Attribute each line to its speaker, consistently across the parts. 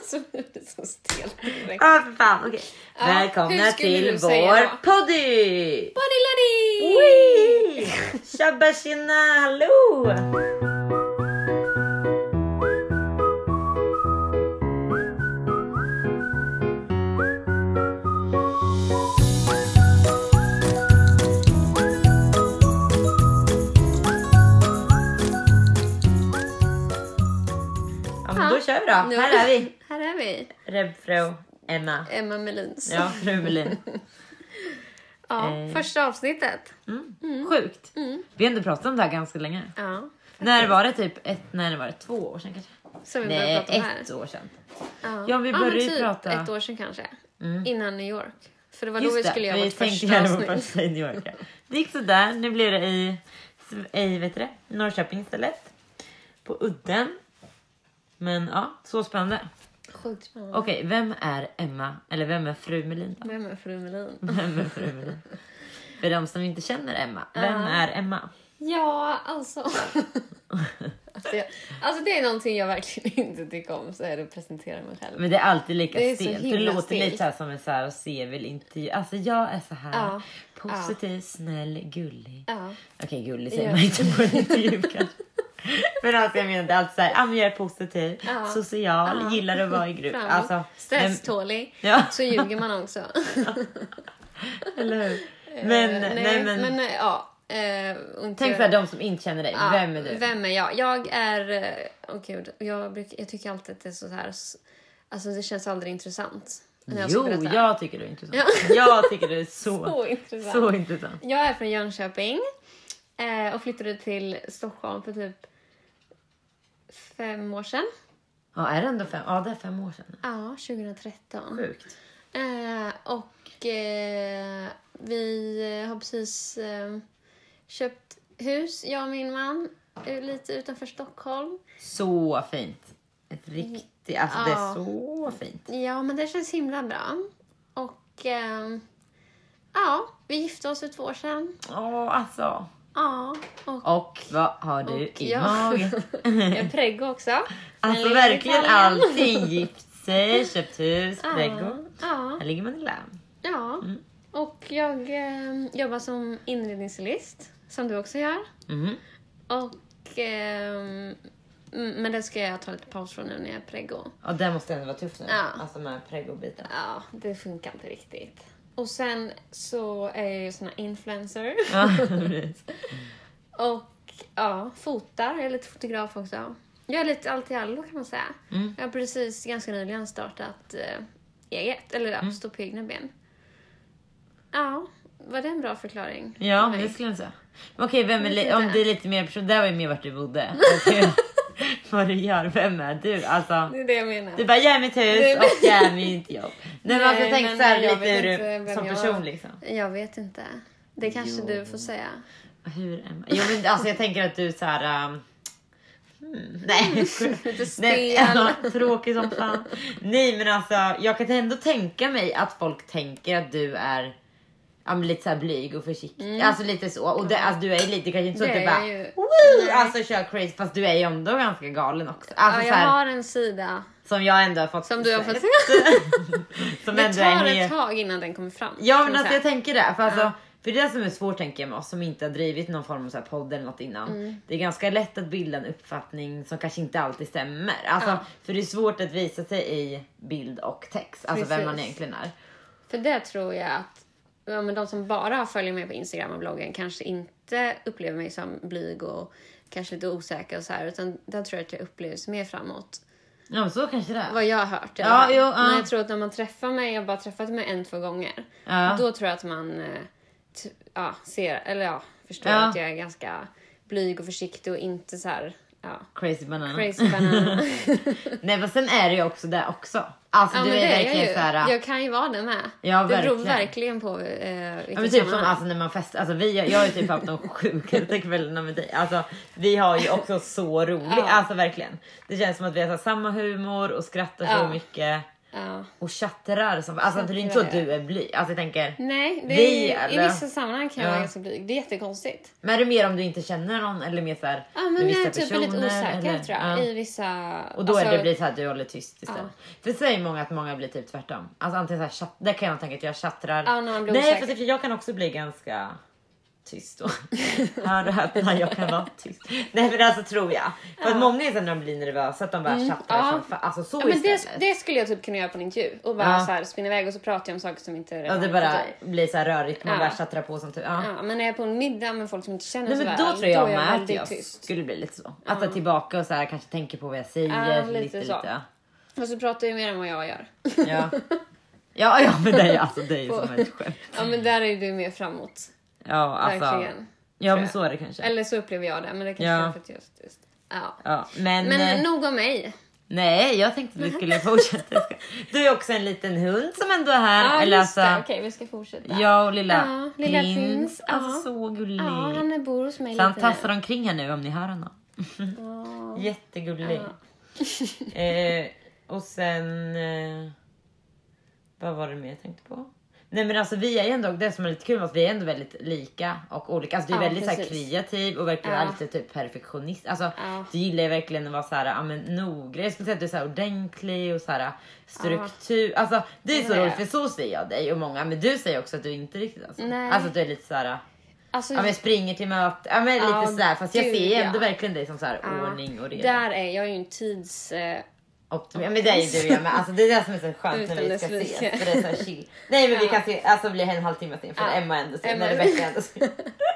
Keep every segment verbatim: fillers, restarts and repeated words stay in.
Speaker 1: Så är det så stelt direkt.
Speaker 2: Ja, för fan, okej.
Speaker 1: Ja,
Speaker 2: Välkomna
Speaker 1: hur skulle
Speaker 2: till
Speaker 1: du säga
Speaker 2: vår
Speaker 1: då?
Speaker 2: poddy!
Speaker 1: Body Lady!
Speaker 2: Wee! Tjabba tjena, hallå! Ja, men då kör vi då.
Speaker 1: Nu-
Speaker 2: Här är vi.
Speaker 1: Här är vi.
Speaker 2: Rebfro Emma.
Speaker 1: Emma Melins.
Speaker 2: Ja, fru Melin.
Speaker 1: Ja,
Speaker 2: Eh.
Speaker 1: första avsnittet.
Speaker 2: Mm. Sjukt. Vi har ändå pratat om det här ganska länge.
Speaker 1: Ja.
Speaker 2: När var det typ ett, när var det två år sedan kanske?
Speaker 1: Så vi började
Speaker 2: Nej,
Speaker 1: prata om här.
Speaker 2: ett år sedan.
Speaker 1: Ja,
Speaker 2: Ja, vi
Speaker 1: men
Speaker 2: började ju
Speaker 1: typ
Speaker 2: prata-
Speaker 1: ett år sedan kanske. Innan New York. För det var då
Speaker 2: Just
Speaker 1: vi
Speaker 2: det,
Speaker 1: skulle göra
Speaker 2: vi
Speaker 1: vårt
Speaker 2: tänkte
Speaker 1: första
Speaker 2: göra vårt
Speaker 1: avsnitt.
Speaker 2: första i New York. Ja. Det gick sådär, nu blir det i, i vet du det, Norrköping istället. På udden. Men ja, så spännande.
Speaker 1: Sjukt spännande.
Speaker 2: Okej, vem är Emma? Eller vem är fru Melin då?
Speaker 1: Vem är fru Melin?
Speaker 2: Vem är fru Melin? För de som inte känner Emma, vem
Speaker 1: Ja.
Speaker 2: är Emma?
Speaker 1: Ja, alltså. alltså, jag, alltså det är någonting jag verkligen inte tycker om, så är det att presentera mig själv.
Speaker 2: Men det är alltid lika
Speaker 1: Det är så
Speaker 2: stelt. Det
Speaker 1: himla
Speaker 2: låter
Speaker 1: stelt.
Speaker 2: lite så här som en så här C V-intervju. Alltså jag är så här
Speaker 1: Ja.
Speaker 2: positiv, snäll, gullig.
Speaker 1: Ja.
Speaker 2: Okej, gullig säger
Speaker 1: Ja.
Speaker 2: man inte på en intervju kanske. Men alltså jag menar det är alltid såhär, ah, men jag är positiv,
Speaker 1: Ja.
Speaker 2: social,
Speaker 1: Ja.
Speaker 2: gillar att vara i grupp.
Speaker 1: Framåt.
Speaker 2: Alltså,
Speaker 1: Stresstålig.
Speaker 2: Ja.
Speaker 1: Så ljuger man också.
Speaker 2: Eller hur? Men,
Speaker 1: Eh,
Speaker 2: nej, men,
Speaker 1: men eh, ja. Eh, och inte-
Speaker 2: tänk såhär, de som inte känner dig,
Speaker 1: Ja,
Speaker 2: vem är du?
Speaker 1: Vem är jag? Jag är... eh, Åh gud, jag, bruk, jag tycker alltid att det är så här... s- Alltså det känns aldrig intressant. när jag ska
Speaker 2: Jo,
Speaker 1: berätta.
Speaker 2: jag tycker det är intressant. Jag tycker det är så,
Speaker 1: Så intressant.
Speaker 2: så intressant.
Speaker 1: Jag är från Jönköping eh, och flyttade till Stockholm för typ fem år sedan.
Speaker 2: Ja, är det ändå fem? Ja, det är fem år sedan.
Speaker 1: Ja, tjugohundratretton.
Speaker 2: Sjukt.
Speaker 1: Eh, och eh, vi har precis eh, köpt hus, jag och min man, eh, lite utanför Stockholm.
Speaker 2: Så fint. Ett riktigt, alltså det är
Speaker 1: Ja.
Speaker 2: så fint.
Speaker 1: Ja, men det känns himla bra. Och eh, ja, vi gifte oss för två år sedan.
Speaker 2: Åh, alltså.
Speaker 1: Ja, och
Speaker 2: Och vad har du
Speaker 1: Och
Speaker 2: i
Speaker 1: jag-
Speaker 2: magen?
Speaker 1: jag är preggo också.
Speaker 2: Alltså
Speaker 1: Den ligger i
Speaker 2: verkligen
Speaker 1: Italien.
Speaker 2: allting. Gift sig, köpt hus, preggo.
Speaker 1: Ja,
Speaker 2: Här ligger man i glam.
Speaker 1: ja.
Speaker 2: Mm.
Speaker 1: Och jag eh, jobbar som inredningsstylist, som du också gör.
Speaker 2: Mhm.
Speaker 1: Och, ehm, mm, men det ska jag ta lite paus från nu när jag är preggo.
Speaker 2: Och det måste ändå vara tufft nu.
Speaker 1: Ja.
Speaker 2: Alltså med preggo-biten.
Speaker 1: Ja, det funkar inte riktigt. Och sen så är jag ju sån här influencer.
Speaker 2: Ja, precis.
Speaker 1: Och ja, fotar. Jag är lite fotograf också. Jag är lite allt i allo kan man säga.
Speaker 2: Mm.
Speaker 1: Jag har precis ganska nyligen startat eh, eget. Eller ja, stå på egna ben. Ja, var det en bra förklaring?
Speaker 2: Ja,
Speaker 1: för
Speaker 2: men
Speaker 1: mig?
Speaker 2: det skulle jag säga. Men okej, vem är
Speaker 1: Jag vet
Speaker 2: li- om
Speaker 1: inte.
Speaker 2: det är lite mer person, det var ju mer vart du bodde. Okej. Vad du gör, vem är du? Alltså,
Speaker 1: Det är det jag menar.
Speaker 2: du bara, jag är mitt hus
Speaker 1: Det-
Speaker 2: och jag är mitt jobb. Nej, men alltså, jag
Speaker 1: Nej,
Speaker 2: tänker
Speaker 1: men
Speaker 2: så här
Speaker 1: jag
Speaker 2: lite
Speaker 1: vet
Speaker 2: hur
Speaker 1: inte
Speaker 2: du
Speaker 1: vem
Speaker 2: som
Speaker 1: jag-
Speaker 2: person liksom.
Speaker 1: Jag vet inte. Det kanske
Speaker 2: Jo.
Speaker 1: du får säga.
Speaker 2: Hur är man? Jo, men alltså jag tänker att du så här. Um... Hmm. Nej,
Speaker 1: Lite stel.
Speaker 2: Nej, ja, tråkig som fan. Nej, men alltså jag kan ändå tänka mig att folk tänker att du är ja, men lite så här blyg och försiktig. Alltså lite så. Och det, alltså, du är lite kanske inte så
Speaker 1: Det
Speaker 2: att du
Speaker 1: är
Speaker 2: bara
Speaker 1: jag ju.
Speaker 2: Woo!
Speaker 1: Nej.
Speaker 2: Alltså kör crazy, fast du är ju ändå ganska galen också. Alltså
Speaker 1: Ja,
Speaker 2: så
Speaker 1: jag
Speaker 2: här,
Speaker 1: har en sida
Speaker 2: som jag ändå har fått
Speaker 1: som du har fått se.
Speaker 2: som
Speaker 1: Det
Speaker 2: ändå är
Speaker 1: tar ett
Speaker 2: helt...
Speaker 1: tag innan den kommer fram.
Speaker 2: Ja,
Speaker 1: kan
Speaker 2: men
Speaker 1: man
Speaker 2: alltså
Speaker 1: säga.
Speaker 2: jag tänker det. För, alltså,
Speaker 1: Ja.
Speaker 2: för det är det som är svårt tänker jag med oss som inte har drivit någon form av så här podd eller något innan.
Speaker 1: Mm.
Speaker 2: Det är ganska lätt att bilda en uppfattning som kanske inte alltid stämmer. Alltså,
Speaker 1: Ja.
Speaker 2: För det är svårt att visa sig i bild och text. Alltså vem
Speaker 1: Precis.
Speaker 2: man egentligen är.
Speaker 1: För det tror jag att ja, men de som bara följer mig på Instagram och bloggen kanske inte upplever mig som blyg och kanske lite osäker och så här. Utan där tror jag att jag upplevs mer framåt.
Speaker 2: Ja, men så kanske det är.
Speaker 1: Vad jag har hört i
Speaker 2: Ja,
Speaker 1: alla fall.
Speaker 2: jo, ja.
Speaker 1: Men jag tror att när man träffar mig, jag har bara träffat mig en, två gånger.
Speaker 2: Ja.
Speaker 1: Då tror jag att man eh, t- ja, ser, eller ja, förstår
Speaker 2: Ja.
Speaker 1: att jag är ganska blyg och försiktig och inte så här, ja,
Speaker 2: Crazy banana.
Speaker 1: crazy banana.
Speaker 2: Nej, men sen är det ju också där också. Alltså
Speaker 1: Ja,
Speaker 2: du
Speaker 1: men
Speaker 2: är
Speaker 1: det är jag
Speaker 2: verkligen
Speaker 1: ju.
Speaker 2: så här.
Speaker 1: Jag kan ju vara det med.
Speaker 2: Ja,
Speaker 1: det beror
Speaker 2: verkligen.
Speaker 1: verkligen på eh,
Speaker 2: Ja,
Speaker 1: vilket
Speaker 2: men typ som
Speaker 1: sammanhang.
Speaker 2: alltså när man festar, alltså vi, jag har ju typ haft de sjukaste kvällarna med dig. Alltså vi har ju också så roligt,
Speaker 1: Ja.
Speaker 2: alltså verkligen. Det känns som att vi har så här samma humor och skrattar så
Speaker 1: Ja.
Speaker 2: mycket.
Speaker 1: Ja.
Speaker 2: Och tjattrar. Som, alltså det är inte så att du är blyg. Alltså jag tänker...
Speaker 1: Nej, det
Speaker 2: vi,
Speaker 1: är, i vissa sammanhang kan jag
Speaker 2: ja.
Speaker 1: vara ganska blyg. Det är jättekonstigt.
Speaker 2: Men är det mer om du inte känner någon? Eller mer så här,
Speaker 1: ja, men
Speaker 2: vissa
Speaker 1: jag är typ
Speaker 2: personer?
Speaker 1: lite osäker
Speaker 2: eller?
Speaker 1: tror jag.
Speaker 2: Ja.
Speaker 1: I vissa...
Speaker 2: Och då
Speaker 1: alltså,
Speaker 2: är det blir så här att du håller tyst istället.
Speaker 1: Ja.
Speaker 2: För det säger många att många blir typ tvärtom. Alltså antingen så här, det kan jag tänka att jag tjattrar.
Speaker 1: Ja, när man blir
Speaker 2: Nej,
Speaker 1: osäker.
Speaker 2: för jag kan också bli ganska tyst då. Hör du här när jag kan vara tyst. Nej, men alltså tror jag. För
Speaker 1: Ja.
Speaker 2: att många är så när de blir nervösa att de bara
Speaker 1: Mm,
Speaker 2: tjattrar
Speaker 1: ja.
Speaker 2: som fan. Alltså så
Speaker 1: Ja, men det,
Speaker 2: istället.
Speaker 1: det skulle jag typ kunna göra på en intervju. Och bara
Speaker 2: Ja.
Speaker 1: så här spinna iväg och så pratar jag om saker som inte är
Speaker 2: Ja, det
Speaker 1: relevant
Speaker 2: bara
Speaker 1: till dig.
Speaker 2: blir så här rörigt. Man
Speaker 1: Ja.
Speaker 2: bara tjattrar på som typ. Ja.
Speaker 1: Ja, men när jag är på en middag med folk som inte känner
Speaker 2: Nej,
Speaker 1: så
Speaker 2: men
Speaker 1: väl,
Speaker 2: då tror jag
Speaker 1: är
Speaker 2: med att
Speaker 1: väldigt
Speaker 2: jag
Speaker 1: tyst.
Speaker 2: skulle bli lite så. Att ta tillbaka och så här kanske tänker på vad jag säger.
Speaker 1: Ja,
Speaker 2: lite,
Speaker 1: lite
Speaker 2: lite.
Speaker 1: så.
Speaker 2: Ja.
Speaker 1: Och så pratar jag mer än vad jag gör.
Speaker 2: Ja. Ja, ja, men det är, alltså, det är ju som ett skämt.
Speaker 1: Ja, men där är du mer framåt.
Speaker 2: Ja, alltså.
Speaker 1: Verkligen.
Speaker 2: Ja,
Speaker 1: tror
Speaker 2: men
Speaker 1: jag.
Speaker 2: så är det kanske.
Speaker 1: Eller så upplever jag det. Men det kanske
Speaker 2: Ja.
Speaker 1: är för att just, just. Ja.
Speaker 2: Ja, men...
Speaker 1: Men
Speaker 2: eh,
Speaker 1: nog om mig.
Speaker 2: Nej, jag tänkte att vi skulle fortsätta. Du är också en liten hund som ändå är här.
Speaker 1: Ja,
Speaker 2: eller
Speaker 1: just
Speaker 2: alltså,
Speaker 1: det. Okej, vi ska fortsätta.
Speaker 2: jag och lilla,
Speaker 1: Ja, lilla
Speaker 2: prins.
Speaker 1: prins.
Speaker 2: Alltså
Speaker 1: Ja.
Speaker 2: så gullig.
Speaker 1: Ja, han är bor hos mig
Speaker 2: Så han
Speaker 1: lite
Speaker 2: tassar omkring här nu om ni hör honom.
Speaker 1: Ja.
Speaker 2: Jättegullig.
Speaker 1: Ja.
Speaker 2: eh, och sen... Eh, vad var det mer jag tänkte på? Nej men alltså vi är ju ändå, det som är lite kul att vi är ändå väldigt lika och olika. Alltså du är
Speaker 1: Ja,
Speaker 2: väldigt så här,
Speaker 1: precis.
Speaker 2: kreativ och verkligen
Speaker 1: Ja.
Speaker 2: är lite typ perfektionist. Alltså
Speaker 1: Ja.
Speaker 2: du gillar ju verkligen att vara så här, ja men noggrann. Jag skulle säga att du är så här ordentlig och så här struktur. Alltså det är så
Speaker 1: Det är
Speaker 2: roligt
Speaker 1: jag.
Speaker 2: för så säger jag dig och många. Men du säger också att du inte riktigt alltså.
Speaker 1: Nej.
Speaker 2: Alltså att du är lite så här.
Speaker 1: Alltså,
Speaker 2: Ja men springer till möte. Ja men lite
Speaker 1: Ja,
Speaker 2: sådär. Fast jag
Speaker 1: gud,
Speaker 2: ser ju ändå
Speaker 1: ja.
Speaker 2: verkligen dig som så här
Speaker 1: ja.
Speaker 2: ordning och reda.
Speaker 1: Där är jag ju en tids... Eh,
Speaker 2: Optim- ja men det är ju du och jag med. Alltså det är det som är så skönt
Speaker 1: Utan
Speaker 2: när vi
Speaker 1: dess
Speaker 2: ska ses.
Speaker 1: like.
Speaker 2: För det är så här chill. Nej men vi
Speaker 1: Ja.
Speaker 2: kan se, alltså blir en halvtimme sen för
Speaker 1: Ja.
Speaker 2: Emma ändå sen.
Speaker 1: Emma-
Speaker 2: När Rebecca ändå sen.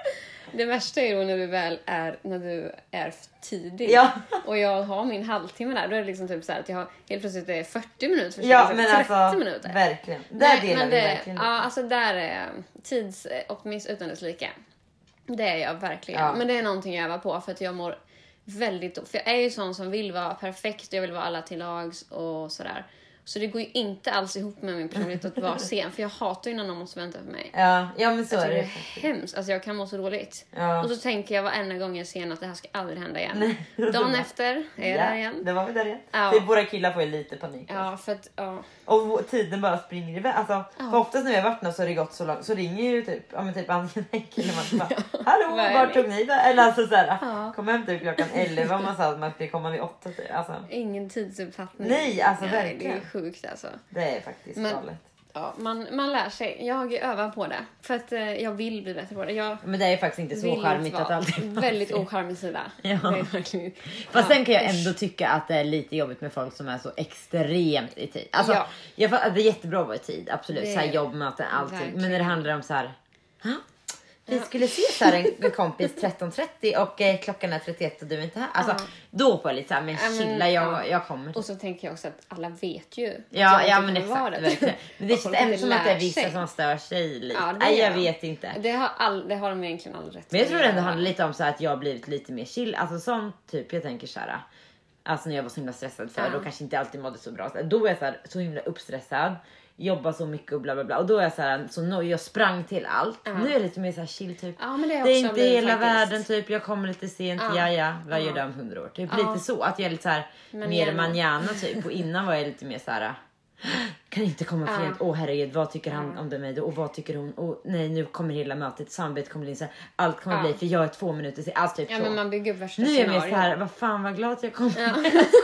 Speaker 1: det värsta är ju då när du väl är, när du är för tidig.
Speaker 2: Ja.
Speaker 1: Och jag har min halvtimme där. Då är det liksom typ så här att jag har helt plötsligt är fyrtio minuter för
Speaker 2: Ja
Speaker 1: sent,
Speaker 2: men
Speaker 1: trettio
Speaker 2: alltså
Speaker 1: minuter.
Speaker 2: verkligen. Där
Speaker 1: Nej,
Speaker 2: delar
Speaker 1: men
Speaker 2: vi
Speaker 1: det,
Speaker 2: verkligen.
Speaker 1: ja, alltså där är tidsoptimist utan dess like. Det är jag verkligen.
Speaker 2: Ja.
Speaker 1: Men det är någonting jag övar på för att jag mår väldigt... För jag är ju sån som vill vara perfekt. Jag vill vara alla till lags och sådär. Så det går ju inte alls ihop med min personlighet att vara sen. För jag hatar ju när någon måste vänta på mig.
Speaker 2: Ja, ja men så
Speaker 1: Jag
Speaker 2: är
Speaker 1: tycker det
Speaker 2: det.
Speaker 1: är hemskt. Alltså jag kan må så dåligt.
Speaker 2: Ja.
Speaker 1: Och så tänker jag varenda gång jag ser att det här ska aldrig hända igen.
Speaker 2: Nej.
Speaker 1: Dagen efter är jag
Speaker 2: Ja,
Speaker 1: där igen.
Speaker 2: det var vi där igen.
Speaker 1: Ja.
Speaker 2: Typ våra killar får ju lite panik.
Speaker 1: Ja, för att... Ja.
Speaker 2: Och tiden bara springer iväg. Alltså,
Speaker 1: Ja.
Speaker 2: för oftast när vi har varit någon så har det gått så långt. Så ringer ju typ, ja men typ antingen en kille man bara, hallå
Speaker 1: Vad är
Speaker 2: vart
Speaker 1: ni?
Speaker 2: tog ni det? Eller alltså såhär,
Speaker 1: Ja.
Speaker 2: kom hem typ klockan elva och man sa att man skulle komma vid åtta. Typ. Alltså,
Speaker 1: Ingen tidsuppfattning.
Speaker 2: Nej, alltså
Speaker 1: Nej, det är
Speaker 2: verkligen.
Speaker 1: sjukt alltså.
Speaker 2: det är faktiskt
Speaker 1: Men-
Speaker 2: galet.
Speaker 1: Ja, man, man lär sig. Jag övar på det. För att eh, jag vill bli bättre på det. Jag
Speaker 2: Men det är faktiskt inte så
Speaker 1: vill
Speaker 2: charmigt
Speaker 1: vara
Speaker 2: att alltid
Speaker 1: väldigt ocharmig sida.
Speaker 2: Ja.
Speaker 1: Det är verkligen...
Speaker 2: Fast
Speaker 1: ja,
Speaker 2: sen kan jag
Speaker 1: usch.
Speaker 2: ändå tycka att det är lite jobbigt med folk som är så extremt i tid. Alltså,
Speaker 1: Ja.
Speaker 2: jag, fa- det är jättebra att vara i tid, absolut.
Speaker 1: Det
Speaker 2: Så här
Speaker 1: är
Speaker 2: jobb, möten, allting. Men när det
Speaker 1: verkligen.
Speaker 2: handlar om så här. "Ha? Vi skulle ses här en, en kompis tretton trettio och eh, klockan är trettioett och du är inte här. Alltså,
Speaker 1: Ja.
Speaker 2: då får jag lite så här, men
Speaker 1: Ja, men,
Speaker 2: chilla, jag,
Speaker 1: ja.
Speaker 2: jag kommer.
Speaker 1: Och så tänker jag också att alla vet ju. att
Speaker 2: Ja,
Speaker 1: jag
Speaker 2: ja
Speaker 1: inte
Speaker 2: men
Speaker 1: kommer vara
Speaker 2: exakt.
Speaker 1: det.
Speaker 2: Verkligen. Men det
Speaker 1: Och folk
Speaker 2: känns ändå
Speaker 1: inte
Speaker 2: som att det är
Speaker 1: lär
Speaker 2: vissa
Speaker 1: sig.
Speaker 2: som stör sig lite.
Speaker 1: Ja, det
Speaker 2: Nej, jag
Speaker 1: gör de.
Speaker 2: vet inte.
Speaker 1: Det har, all, det har de egentligen all rätt
Speaker 2: Men jag
Speaker 1: att
Speaker 2: tror det ändå
Speaker 1: göra.
Speaker 2: handlar lite om så här att jag har blivit lite mer chill. Alltså sånt typ, jag tänker så här. Alltså när jag var så himla stressad för
Speaker 1: Ja.
Speaker 2: då kanske inte alltid mådde så bra. Då är jag så, här, så himla uppstressad. Jobbar så mycket och bla bla bla. Och då är jag så här, så no, jag sprang till allt.
Speaker 1: Ja.
Speaker 2: Nu är jag lite mer så här chill typ.
Speaker 1: Ja, men det är,
Speaker 2: Det är
Speaker 1: också
Speaker 2: inte
Speaker 1: blivit
Speaker 2: hela
Speaker 1: faktiskt.
Speaker 2: världen typ. Jag kommer lite sent.
Speaker 1: Ja.
Speaker 2: Ja ja, vad
Speaker 1: Ja.
Speaker 2: gör det om hundra år? Typ
Speaker 1: Ja.
Speaker 2: lite så. Att jag är lite så här
Speaker 1: Men
Speaker 2: mer
Speaker 1: gärna.
Speaker 2: manjana typ. Och innan var jag lite mer så här. Kan inte komma för
Speaker 1: Ja.
Speaker 2: sent. Åh herregud, vad tycker han
Speaker 1: Ja.
Speaker 2: om det mig då? Och vad tycker hon? Och nej, nu kommer hela mötet. Samarbetet kommer bli så här. Allt kommer
Speaker 1: Ja.
Speaker 2: bli för jag är två minuter sen. Alltså typ
Speaker 1: Ja,
Speaker 2: så.
Speaker 1: men man bygger upp värsta
Speaker 2: Nu är jag mer
Speaker 1: scenarion.
Speaker 2: så här, vad fan vad glad jag kommer.
Speaker 1: Ja.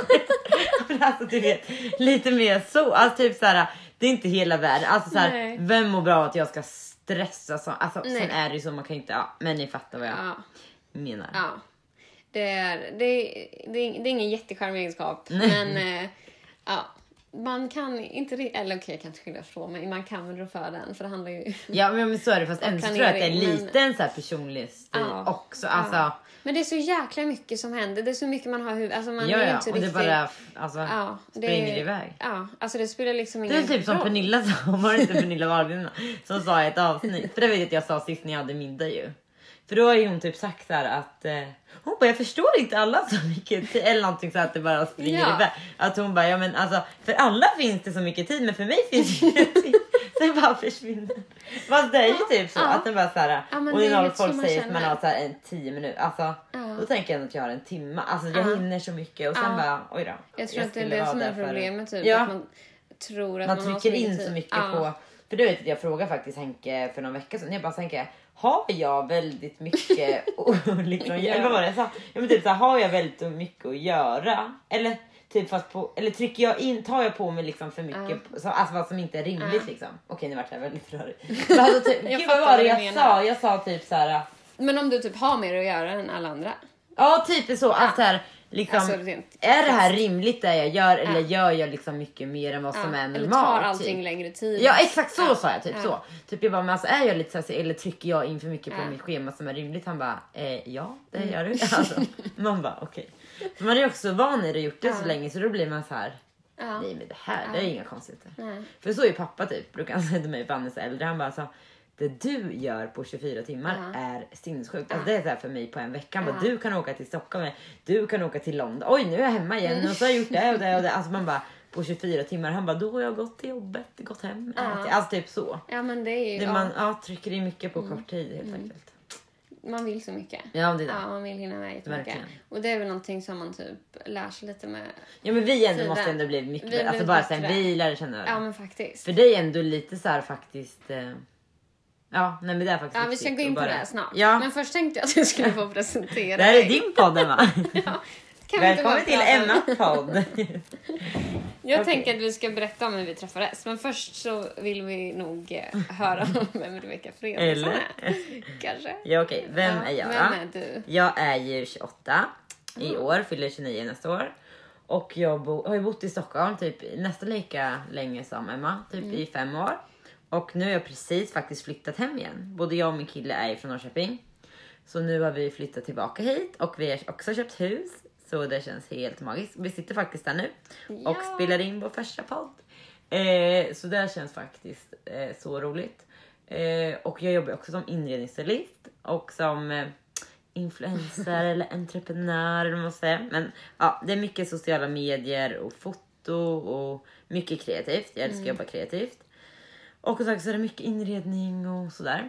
Speaker 2: Men alltså du vet, lite mer så. Alltså typ så här, det är inte hela världen. Alltså så här,
Speaker 1: Nej.
Speaker 2: vem mår bra av att jag ska stressa så? Alltså
Speaker 1: Nej.
Speaker 2: sen är det ju så, man kan inte, ja, men ni fattar vad jag
Speaker 1: Ja.
Speaker 2: menar.
Speaker 1: Ja. Det är, det, är, det, är, det är ingen jättecharmig egenskap. Men eh, ja, man kan inte... ri- Eller okej, jag kan inte skilja från mig. Man kan väl rå för den. För det handlar ju...
Speaker 2: Ja men, men så är det, fast
Speaker 1: Och
Speaker 2: ändå så tror jag att det är
Speaker 1: planering, men-
Speaker 2: lite en så här personlig stil
Speaker 1: Ja.
Speaker 2: också. Alltså,
Speaker 1: Ja. Men det är så jäkla mycket som händer. Det är så mycket man har i huvudet. Alltså man
Speaker 2: ja
Speaker 1: är ju
Speaker 2: ja,
Speaker 1: inte
Speaker 2: och det
Speaker 1: riktigt...
Speaker 2: bara alltså,
Speaker 1: Ja, det
Speaker 2: springer
Speaker 1: är-
Speaker 2: iväg.
Speaker 1: Ja, alltså det spelar liksom
Speaker 2: Det
Speaker 1: ingen
Speaker 2: är typ som
Speaker 1: roll.
Speaker 2: Pernilla sa, var det inte Pernilla Wahlgren som sa i ett avsnitt. För det vet jag att jag sa sist när jag hade middag ju. För då har ju hon typ sagt så här att eh, hon bara, jag förstår inte alla så mycket tid. Eller någonting så att det bara springer
Speaker 1: Ja.
Speaker 2: iväg. Att hon bara, ja men alltså för alla finns det så mycket tid men för mig finns det ingen tid. Den bara försvinner. Fast det är ju typ så
Speaker 1: Ja.
Speaker 2: att den bara så här.
Speaker 1: Ja, men
Speaker 2: och
Speaker 1: det är
Speaker 2: när
Speaker 1: lite så
Speaker 2: folk
Speaker 1: man
Speaker 2: säger att man
Speaker 1: känner.
Speaker 2: har så här en tio minuter. Alltså
Speaker 1: Ja.
Speaker 2: då tänker jag ändå att jag har en timme. Alltså jag
Speaker 1: Ja.
Speaker 2: hinner så mycket och sen
Speaker 1: Ja.
Speaker 2: bara, oj då.
Speaker 1: Jag tror att det är
Speaker 2: skulle
Speaker 1: det
Speaker 2: vara
Speaker 1: som är
Speaker 2: där för-
Speaker 1: problemet. Typ,
Speaker 2: Ja.
Speaker 1: att man, tror att
Speaker 2: man,
Speaker 1: man,
Speaker 2: man
Speaker 1: har
Speaker 2: trycker
Speaker 1: så
Speaker 2: in
Speaker 1: mycket
Speaker 2: så
Speaker 1: tid.
Speaker 2: mycket
Speaker 1: Ja.
Speaker 2: på... För du vet, jag frågade faktiskt Henke för någon vecka sedan. Jag bara tänker, har jag väldigt mycket och liksom,
Speaker 1: Ja.
Speaker 2: eller vad var det jag sa? Ja, men typ så här, har jag väldigt mycket att göra? Eller typ fast på, eller trycker jag in, tar jag på mig liksom för mycket,
Speaker 1: Ja.
Speaker 2: så, alltså vad som inte är rimligt
Speaker 1: Ja.
Speaker 2: liksom. Okej, nu vart jag väldigt rörig. Men alltså, typ,
Speaker 1: Jag
Speaker 2: gud vad
Speaker 1: fattar
Speaker 2: var det
Speaker 1: vad
Speaker 2: jag
Speaker 1: du menar.
Speaker 2: sa? Jag sa typ så här.
Speaker 1: Men om du typ har mer att göra än alla andra.
Speaker 2: Ja, typ så. Alltså här, liksom,
Speaker 1: Alltså, rent
Speaker 2: är det här
Speaker 1: krasst.
Speaker 2: rimligt det jag gör? Eller
Speaker 1: Ja.
Speaker 2: gör jag liksom mycket mer än vad som
Speaker 1: Ja.
Speaker 2: är
Speaker 1: Eller
Speaker 2: normalt?
Speaker 1: tar allting
Speaker 2: typ.
Speaker 1: längre tid.
Speaker 2: Ja, exakt så
Speaker 1: Ja.
Speaker 2: sa jag. Typ
Speaker 1: Ja.
Speaker 2: så. Typ jag bara, men alltså är jag lite så här, eller trycker jag in för mycket på
Speaker 1: Ja.
Speaker 2: mitt schema som är rimligt? Han bara, eh, ja, det
Speaker 1: Mm.
Speaker 2: gör du. Alltså, man bara, okej. För man är ju också van i det och gjort det
Speaker 1: Ja.
Speaker 2: så länge, så då blir man så här,
Speaker 1: Ja.
Speaker 2: nej men det här, det är inga konstigheter.
Speaker 1: Nej.
Speaker 2: För så är ju pappa typ, brukar han säga till mig, för han är så äldre, han bara så, det du gör på tjugofyra timmar
Speaker 1: Ja.
Speaker 2: är sinnessjukt. Alltså,
Speaker 1: Ja.
Speaker 2: det är så här för mig på en vecka. Han bara,
Speaker 1: Ja.
Speaker 2: du kan åka till Stockholm, du kan åka till London. Oj, nu är jag hemma igen och så har jag gjort det och det och det. Alltså man bara, på tjugofyra timmar, han bara, då har jag gått till jobbet, gått hem,
Speaker 1: Ja.
Speaker 2: ätit. Alltså typ så.
Speaker 1: Ja, men det är ju...
Speaker 2: Det
Speaker 1: ja,
Speaker 2: man ja, trycker in mycket på
Speaker 1: Mm.
Speaker 2: kort tid helt enkelt.
Speaker 1: man vill så mycket.
Speaker 2: Ja, det är det.
Speaker 1: Ja, man vill hinna med jättemycket.
Speaker 2: Verkligen.
Speaker 1: Och det är väl någonting som man typ lär sig lite med.
Speaker 2: Ja, men vi ändå
Speaker 1: Tiden.
Speaker 2: måste ändå bli mycket
Speaker 1: Vi har
Speaker 2: bättre. Alltså
Speaker 1: blivit
Speaker 2: bara sen
Speaker 1: bättre.
Speaker 2: vi lärde känna varandra.
Speaker 1: Ja, men faktiskt.
Speaker 2: För dig är ändå lite så här faktiskt. Eh, ja, nej men det är faktiskt
Speaker 1: Ja, vi ska
Speaker 2: viktigt
Speaker 1: gå in
Speaker 2: att
Speaker 1: på
Speaker 2: bara-
Speaker 1: det här snart.
Speaker 2: Ja,
Speaker 1: Men först tänkte jag att jag skulle få presentera
Speaker 2: det här är
Speaker 1: dig.
Speaker 2: din podd, Emma.
Speaker 1: Ja, kan vi inte bara
Speaker 2: Välkommen till
Speaker 1: prata om-
Speaker 2: Emma podd.
Speaker 1: Jag
Speaker 2: Okej.
Speaker 1: tänker att vi ska berätta om hur vi träffades. Men först så vill vi nog eh, höra om vem Rebecca Fredriksson
Speaker 2: Eller?
Speaker 1: är. Kanske.
Speaker 2: Ja, okej. Vem
Speaker 1: Ja,
Speaker 2: är jag?
Speaker 1: Vem är du?
Speaker 2: Jag är ju tjugoåtta i år, fyller tjugonio nästa år. Och jag bo, har ju bott i Stockholm typ nästan lika länge som Emma, typ
Speaker 1: Mm.
Speaker 2: i fem år. Och nu har jag precis faktiskt flyttat hem igen. Både jag och min kille är från Norrköping. Så nu har vi flyttat tillbaka hit och vi har också köpt hus. Så det känns helt magiskt. Vi sitter faktiskt där nu och
Speaker 1: Ja.
Speaker 2: spelar in vår första podd. Eh, så det känns faktiskt eh, så roligt. Eh, och jag jobbar också som inredningsstylist och som eh, influencer eller entreprenör eller vad man säger. Men ja, det är mycket sociala medier och foto och mycket kreativt. Jag älskar att jobba kreativt. Och så är det mycket inredning och sådär.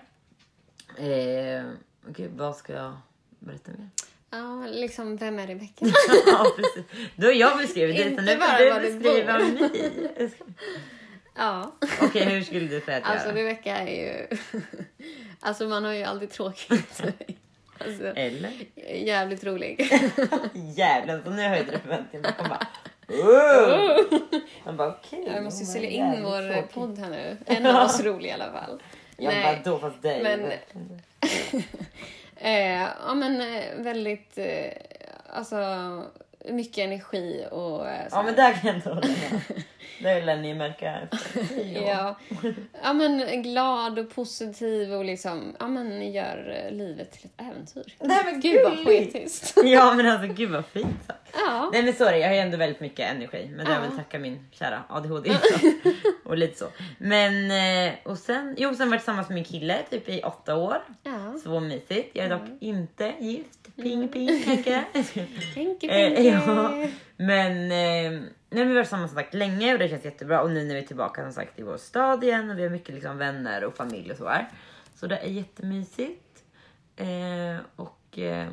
Speaker 2: Eh, Gud, vad ska jag berätta mer?
Speaker 1: Ja, liksom vem är Rebecca?
Speaker 2: Ja, precis. Då har jag beskrivit det. Så
Speaker 1: Inte
Speaker 2: nu
Speaker 1: bara
Speaker 2: får du
Speaker 1: var du
Speaker 2: beskriva
Speaker 1: bor.
Speaker 2: mig.
Speaker 1: Ja.
Speaker 2: Okej, hur skulle du säga att jag
Speaker 1: Alltså
Speaker 2: är?
Speaker 1: Rebecca är ju... Alltså man har ju aldrig tråkigt. Alltså,
Speaker 2: Eller?
Speaker 1: jävligt rolig.
Speaker 2: Jävlar, så nu höjde du förväntningarna. Man bara... Oh! Man bara okej.
Speaker 1: Jag måste ju
Speaker 2: hon
Speaker 1: sälja
Speaker 2: är
Speaker 1: in
Speaker 2: jävligt
Speaker 1: vår
Speaker 2: tråkig.
Speaker 1: podd här nu. En av oss rolig i alla fall.
Speaker 2: Jag
Speaker 1: Nej,
Speaker 2: bara då fast dig.
Speaker 1: men- Eh, ja men eh, väldigt, eh, alltså mycket energi och eh, så
Speaker 2: Ja,
Speaker 1: här.
Speaker 2: men där kan jag inte hålla med. Det lär ni märka efter tio år.
Speaker 1: Ja. Ja men glad och positiv och liksom, ja men gör eh, livet till ett äventyr.
Speaker 2: Nej, men
Speaker 1: Gud vad
Speaker 2: gulligt.
Speaker 1: poetiskt.
Speaker 2: Ja, men alltså gud vad fint sagt.
Speaker 1: Ja.
Speaker 2: Nej men sorry, jag har ju ändå väldigt mycket energi. Men det har
Speaker 1: Ja.
Speaker 2: jag väl tacka min kära A D H D och lite så. Men och och sen, jo sen var jag tillsammans med min kille typ i åtta år.
Speaker 1: Ja.
Speaker 2: Så mysigt. Jag är dock
Speaker 1: Mm.
Speaker 2: inte gift. Ping ping Henke.
Speaker 1: Pinky,
Speaker 2: Eh,
Speaker 1: pinky.
Speaker 2: ja. Men eh, nu har vi varit tillsammans som sagt länge och det känns jättebra. Och nu när vi är tillbaka som sagt i vår stad igen och vi har mycket liksom vänner och familj och så här. Så det är jättemysigt. Eh, och eh,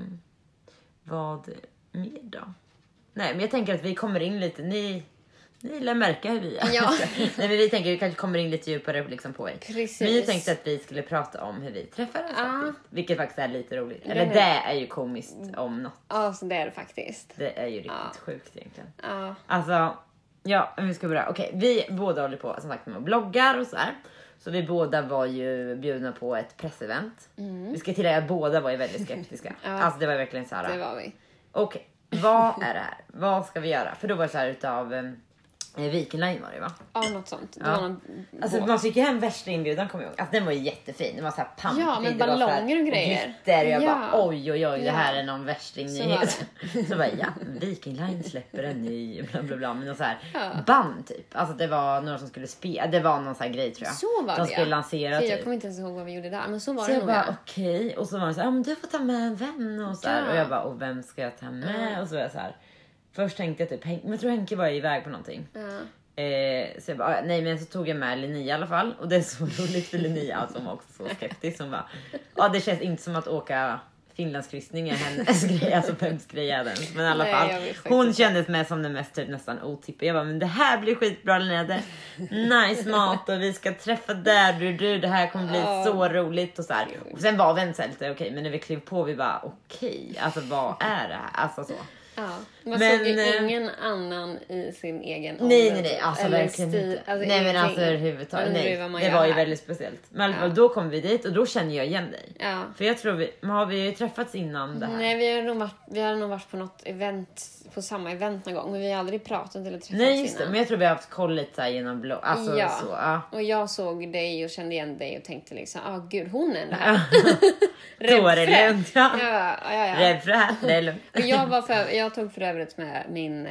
Speaker 2: vad mer då? Nej, men jag tänker att vi kommer in lite. Ni, ni lär märka hur vi är.
Speaker 1: Ja.
Speaker 2: Nej, men vi tänker att vi kanske kommer in lite djupare liksom på er.
Speaker 1: Precis.
Speaker 2: Men jag tänkte att vi skulle prata om hur vi träffades
Speaker 1: Ja.
Speaker 2: faktiskt. Vilket faktiskt är lite roligt.
Speaker 1: Det
Speaker 2: Eller
Speaker 1: är-
Speaker 2: det är ju komiskt om något.
Speaker 1: Ja, så det är det faktiskt.
Speaker 2: Det är ju riktigt
Speaker 1: Ja.
Speaker 2: sjukt egentligen.
Speaker 1: Ja.
Speaker 2: Alltså, ja, om vi ska börja. Okej, vi båda håller på som sagt med bloggar och så här. Så vi båda var ju bjudna på ett pressevent. Vi ska tillägga att båda var ju väldigt skeptiska.
Speaker 1: Ja.
Speaker 2: Alltså det var verkligen så här.
Speaker 1: Det var vi.
Speaker 2: Okej, vad är det här? Vad ska vi göra? För då var det så här utav eh, Viking Line var det va?
Speaker 1: Ja, något sånt. Det
Speaker 2: Ja.
Speaker 1: var någon
Speaker 2: Alltså
Speaker 1: båt.
Speaker 2: man fick ju hem värsta inbjudan kommer jag ihåg. Alltså den var ju jättefin. Den var så här pampig.
Speaker 1: Ja, med
Speaker 2: det var så här-
Speaker 1: ballonger och grejer.
Speaker 2: Glitter. Och jag
Speaker 1: Ja.
Speaker 2: bara oj oj oj det
Speaker 1: Ja.
Speaker 2: här är någon värsting
Speaker 1: Så var
Speaker 2: nyhet. Så bara ja, Viking Line släpper en ny bla bla bla. Men någon så här
Speaker 1: Ja.
Speaker 2: band typ. Alltså det var några som skulle spela. Det var någon så här grej tror jag.
Speaker 1: Så var
Speaker 2: De
Speaker 1: det,
Speaker 2: skulle
Speaker 1: ja.
Speaker 2: lansera
Speaker 1: Okej, jag
Speaker 2: typ.
Speaker 1: kommer inte ens ihåg vad vi gjorde där, men så var
Speaker 2: Så
Speaker 1: det
Speaker 2: jag
Speaker 1: nog.
Speaker 2: bara
Speaker 1: Ja.
Speaker 2: okej. Och så var det så här, ja, men du får ta med en vän och så här.
Speaker 1: Ja.
Speaker 2: Och jag bara, och vem ska jag ta med?
Speaker 1: Ja.
Speaker 2: Och så var jag så här. Först tänkte jag typ, Hen- men jag tror Henke var iväg på någonting.
Speaker 1: Ja.
Speaker 2: Eh, så jag bara, nej men så tog jag med Linnea i alla fall. Och det är så roligt för Linnea som var också så skeptisk. Som bara, ja det känns inte som att åka Finlandskryssning är hennes grej, alltså pömsgrejen. Men i alla fall,
Speaker 1: Nej,
Speaker 2: hon kändes med som den mest typ, nästan otippad. Jag bara, men det här blir skitbra Linnea. Nice mat och vi ska träffa där du, du det här kommer bli oh. så roligt och så här. Och sen var vi inte så här lite okej, okay, men när vi klev på vi bara okej, okay, alltså vad är det här? Alltså så.
Speaker 1: Ja, man
Speaker 2: men,
Speaker 1: såg ju ingen annan i sin egen ålder.
Speaker 2: Nej, nej, nej. Alltså
Speaker 1: eller
Speaker 2: verkligen
Speaker 1: stil,
Speaker 2: inte.
Speaker 1: Alltså
Speaker 2: nej, men alltså överhuvudtaget. Nej, det var
Speaker 1: här.
Speaker 2: ju väldigt speciellt. Men ja. Då kom vi dit och då känner jag igen dig.
Speaker 1: Ja.
Speaker 2: För jag tror vi, har vi träffats innan det här?
Speaker 1: Nej, vi har nog varit, vi har nog varit på något event, på samma event någon gång. Men vi har aldrig pratat eller träffats
Speaker 2: nej, just det.
Speaker 1: innan.
Speaker 2: Men jag tror vi har haft koll lite här genom blogg. Alltså,
Speaker 1: ja.
Speaker 2: så, ja.
Speaker 1: Och jag såg dig och kände igen dig och tänkte liksom, ah oh, gud, hon är det här.
Speaker 2: Då är det lugnt. Ja.
Speaker 1: Ja, ja, ja.
Speaker 2: Rädd för det här, det är lugnt.
Speaker 1: Och jag, var för, jag tog för övrigt med min,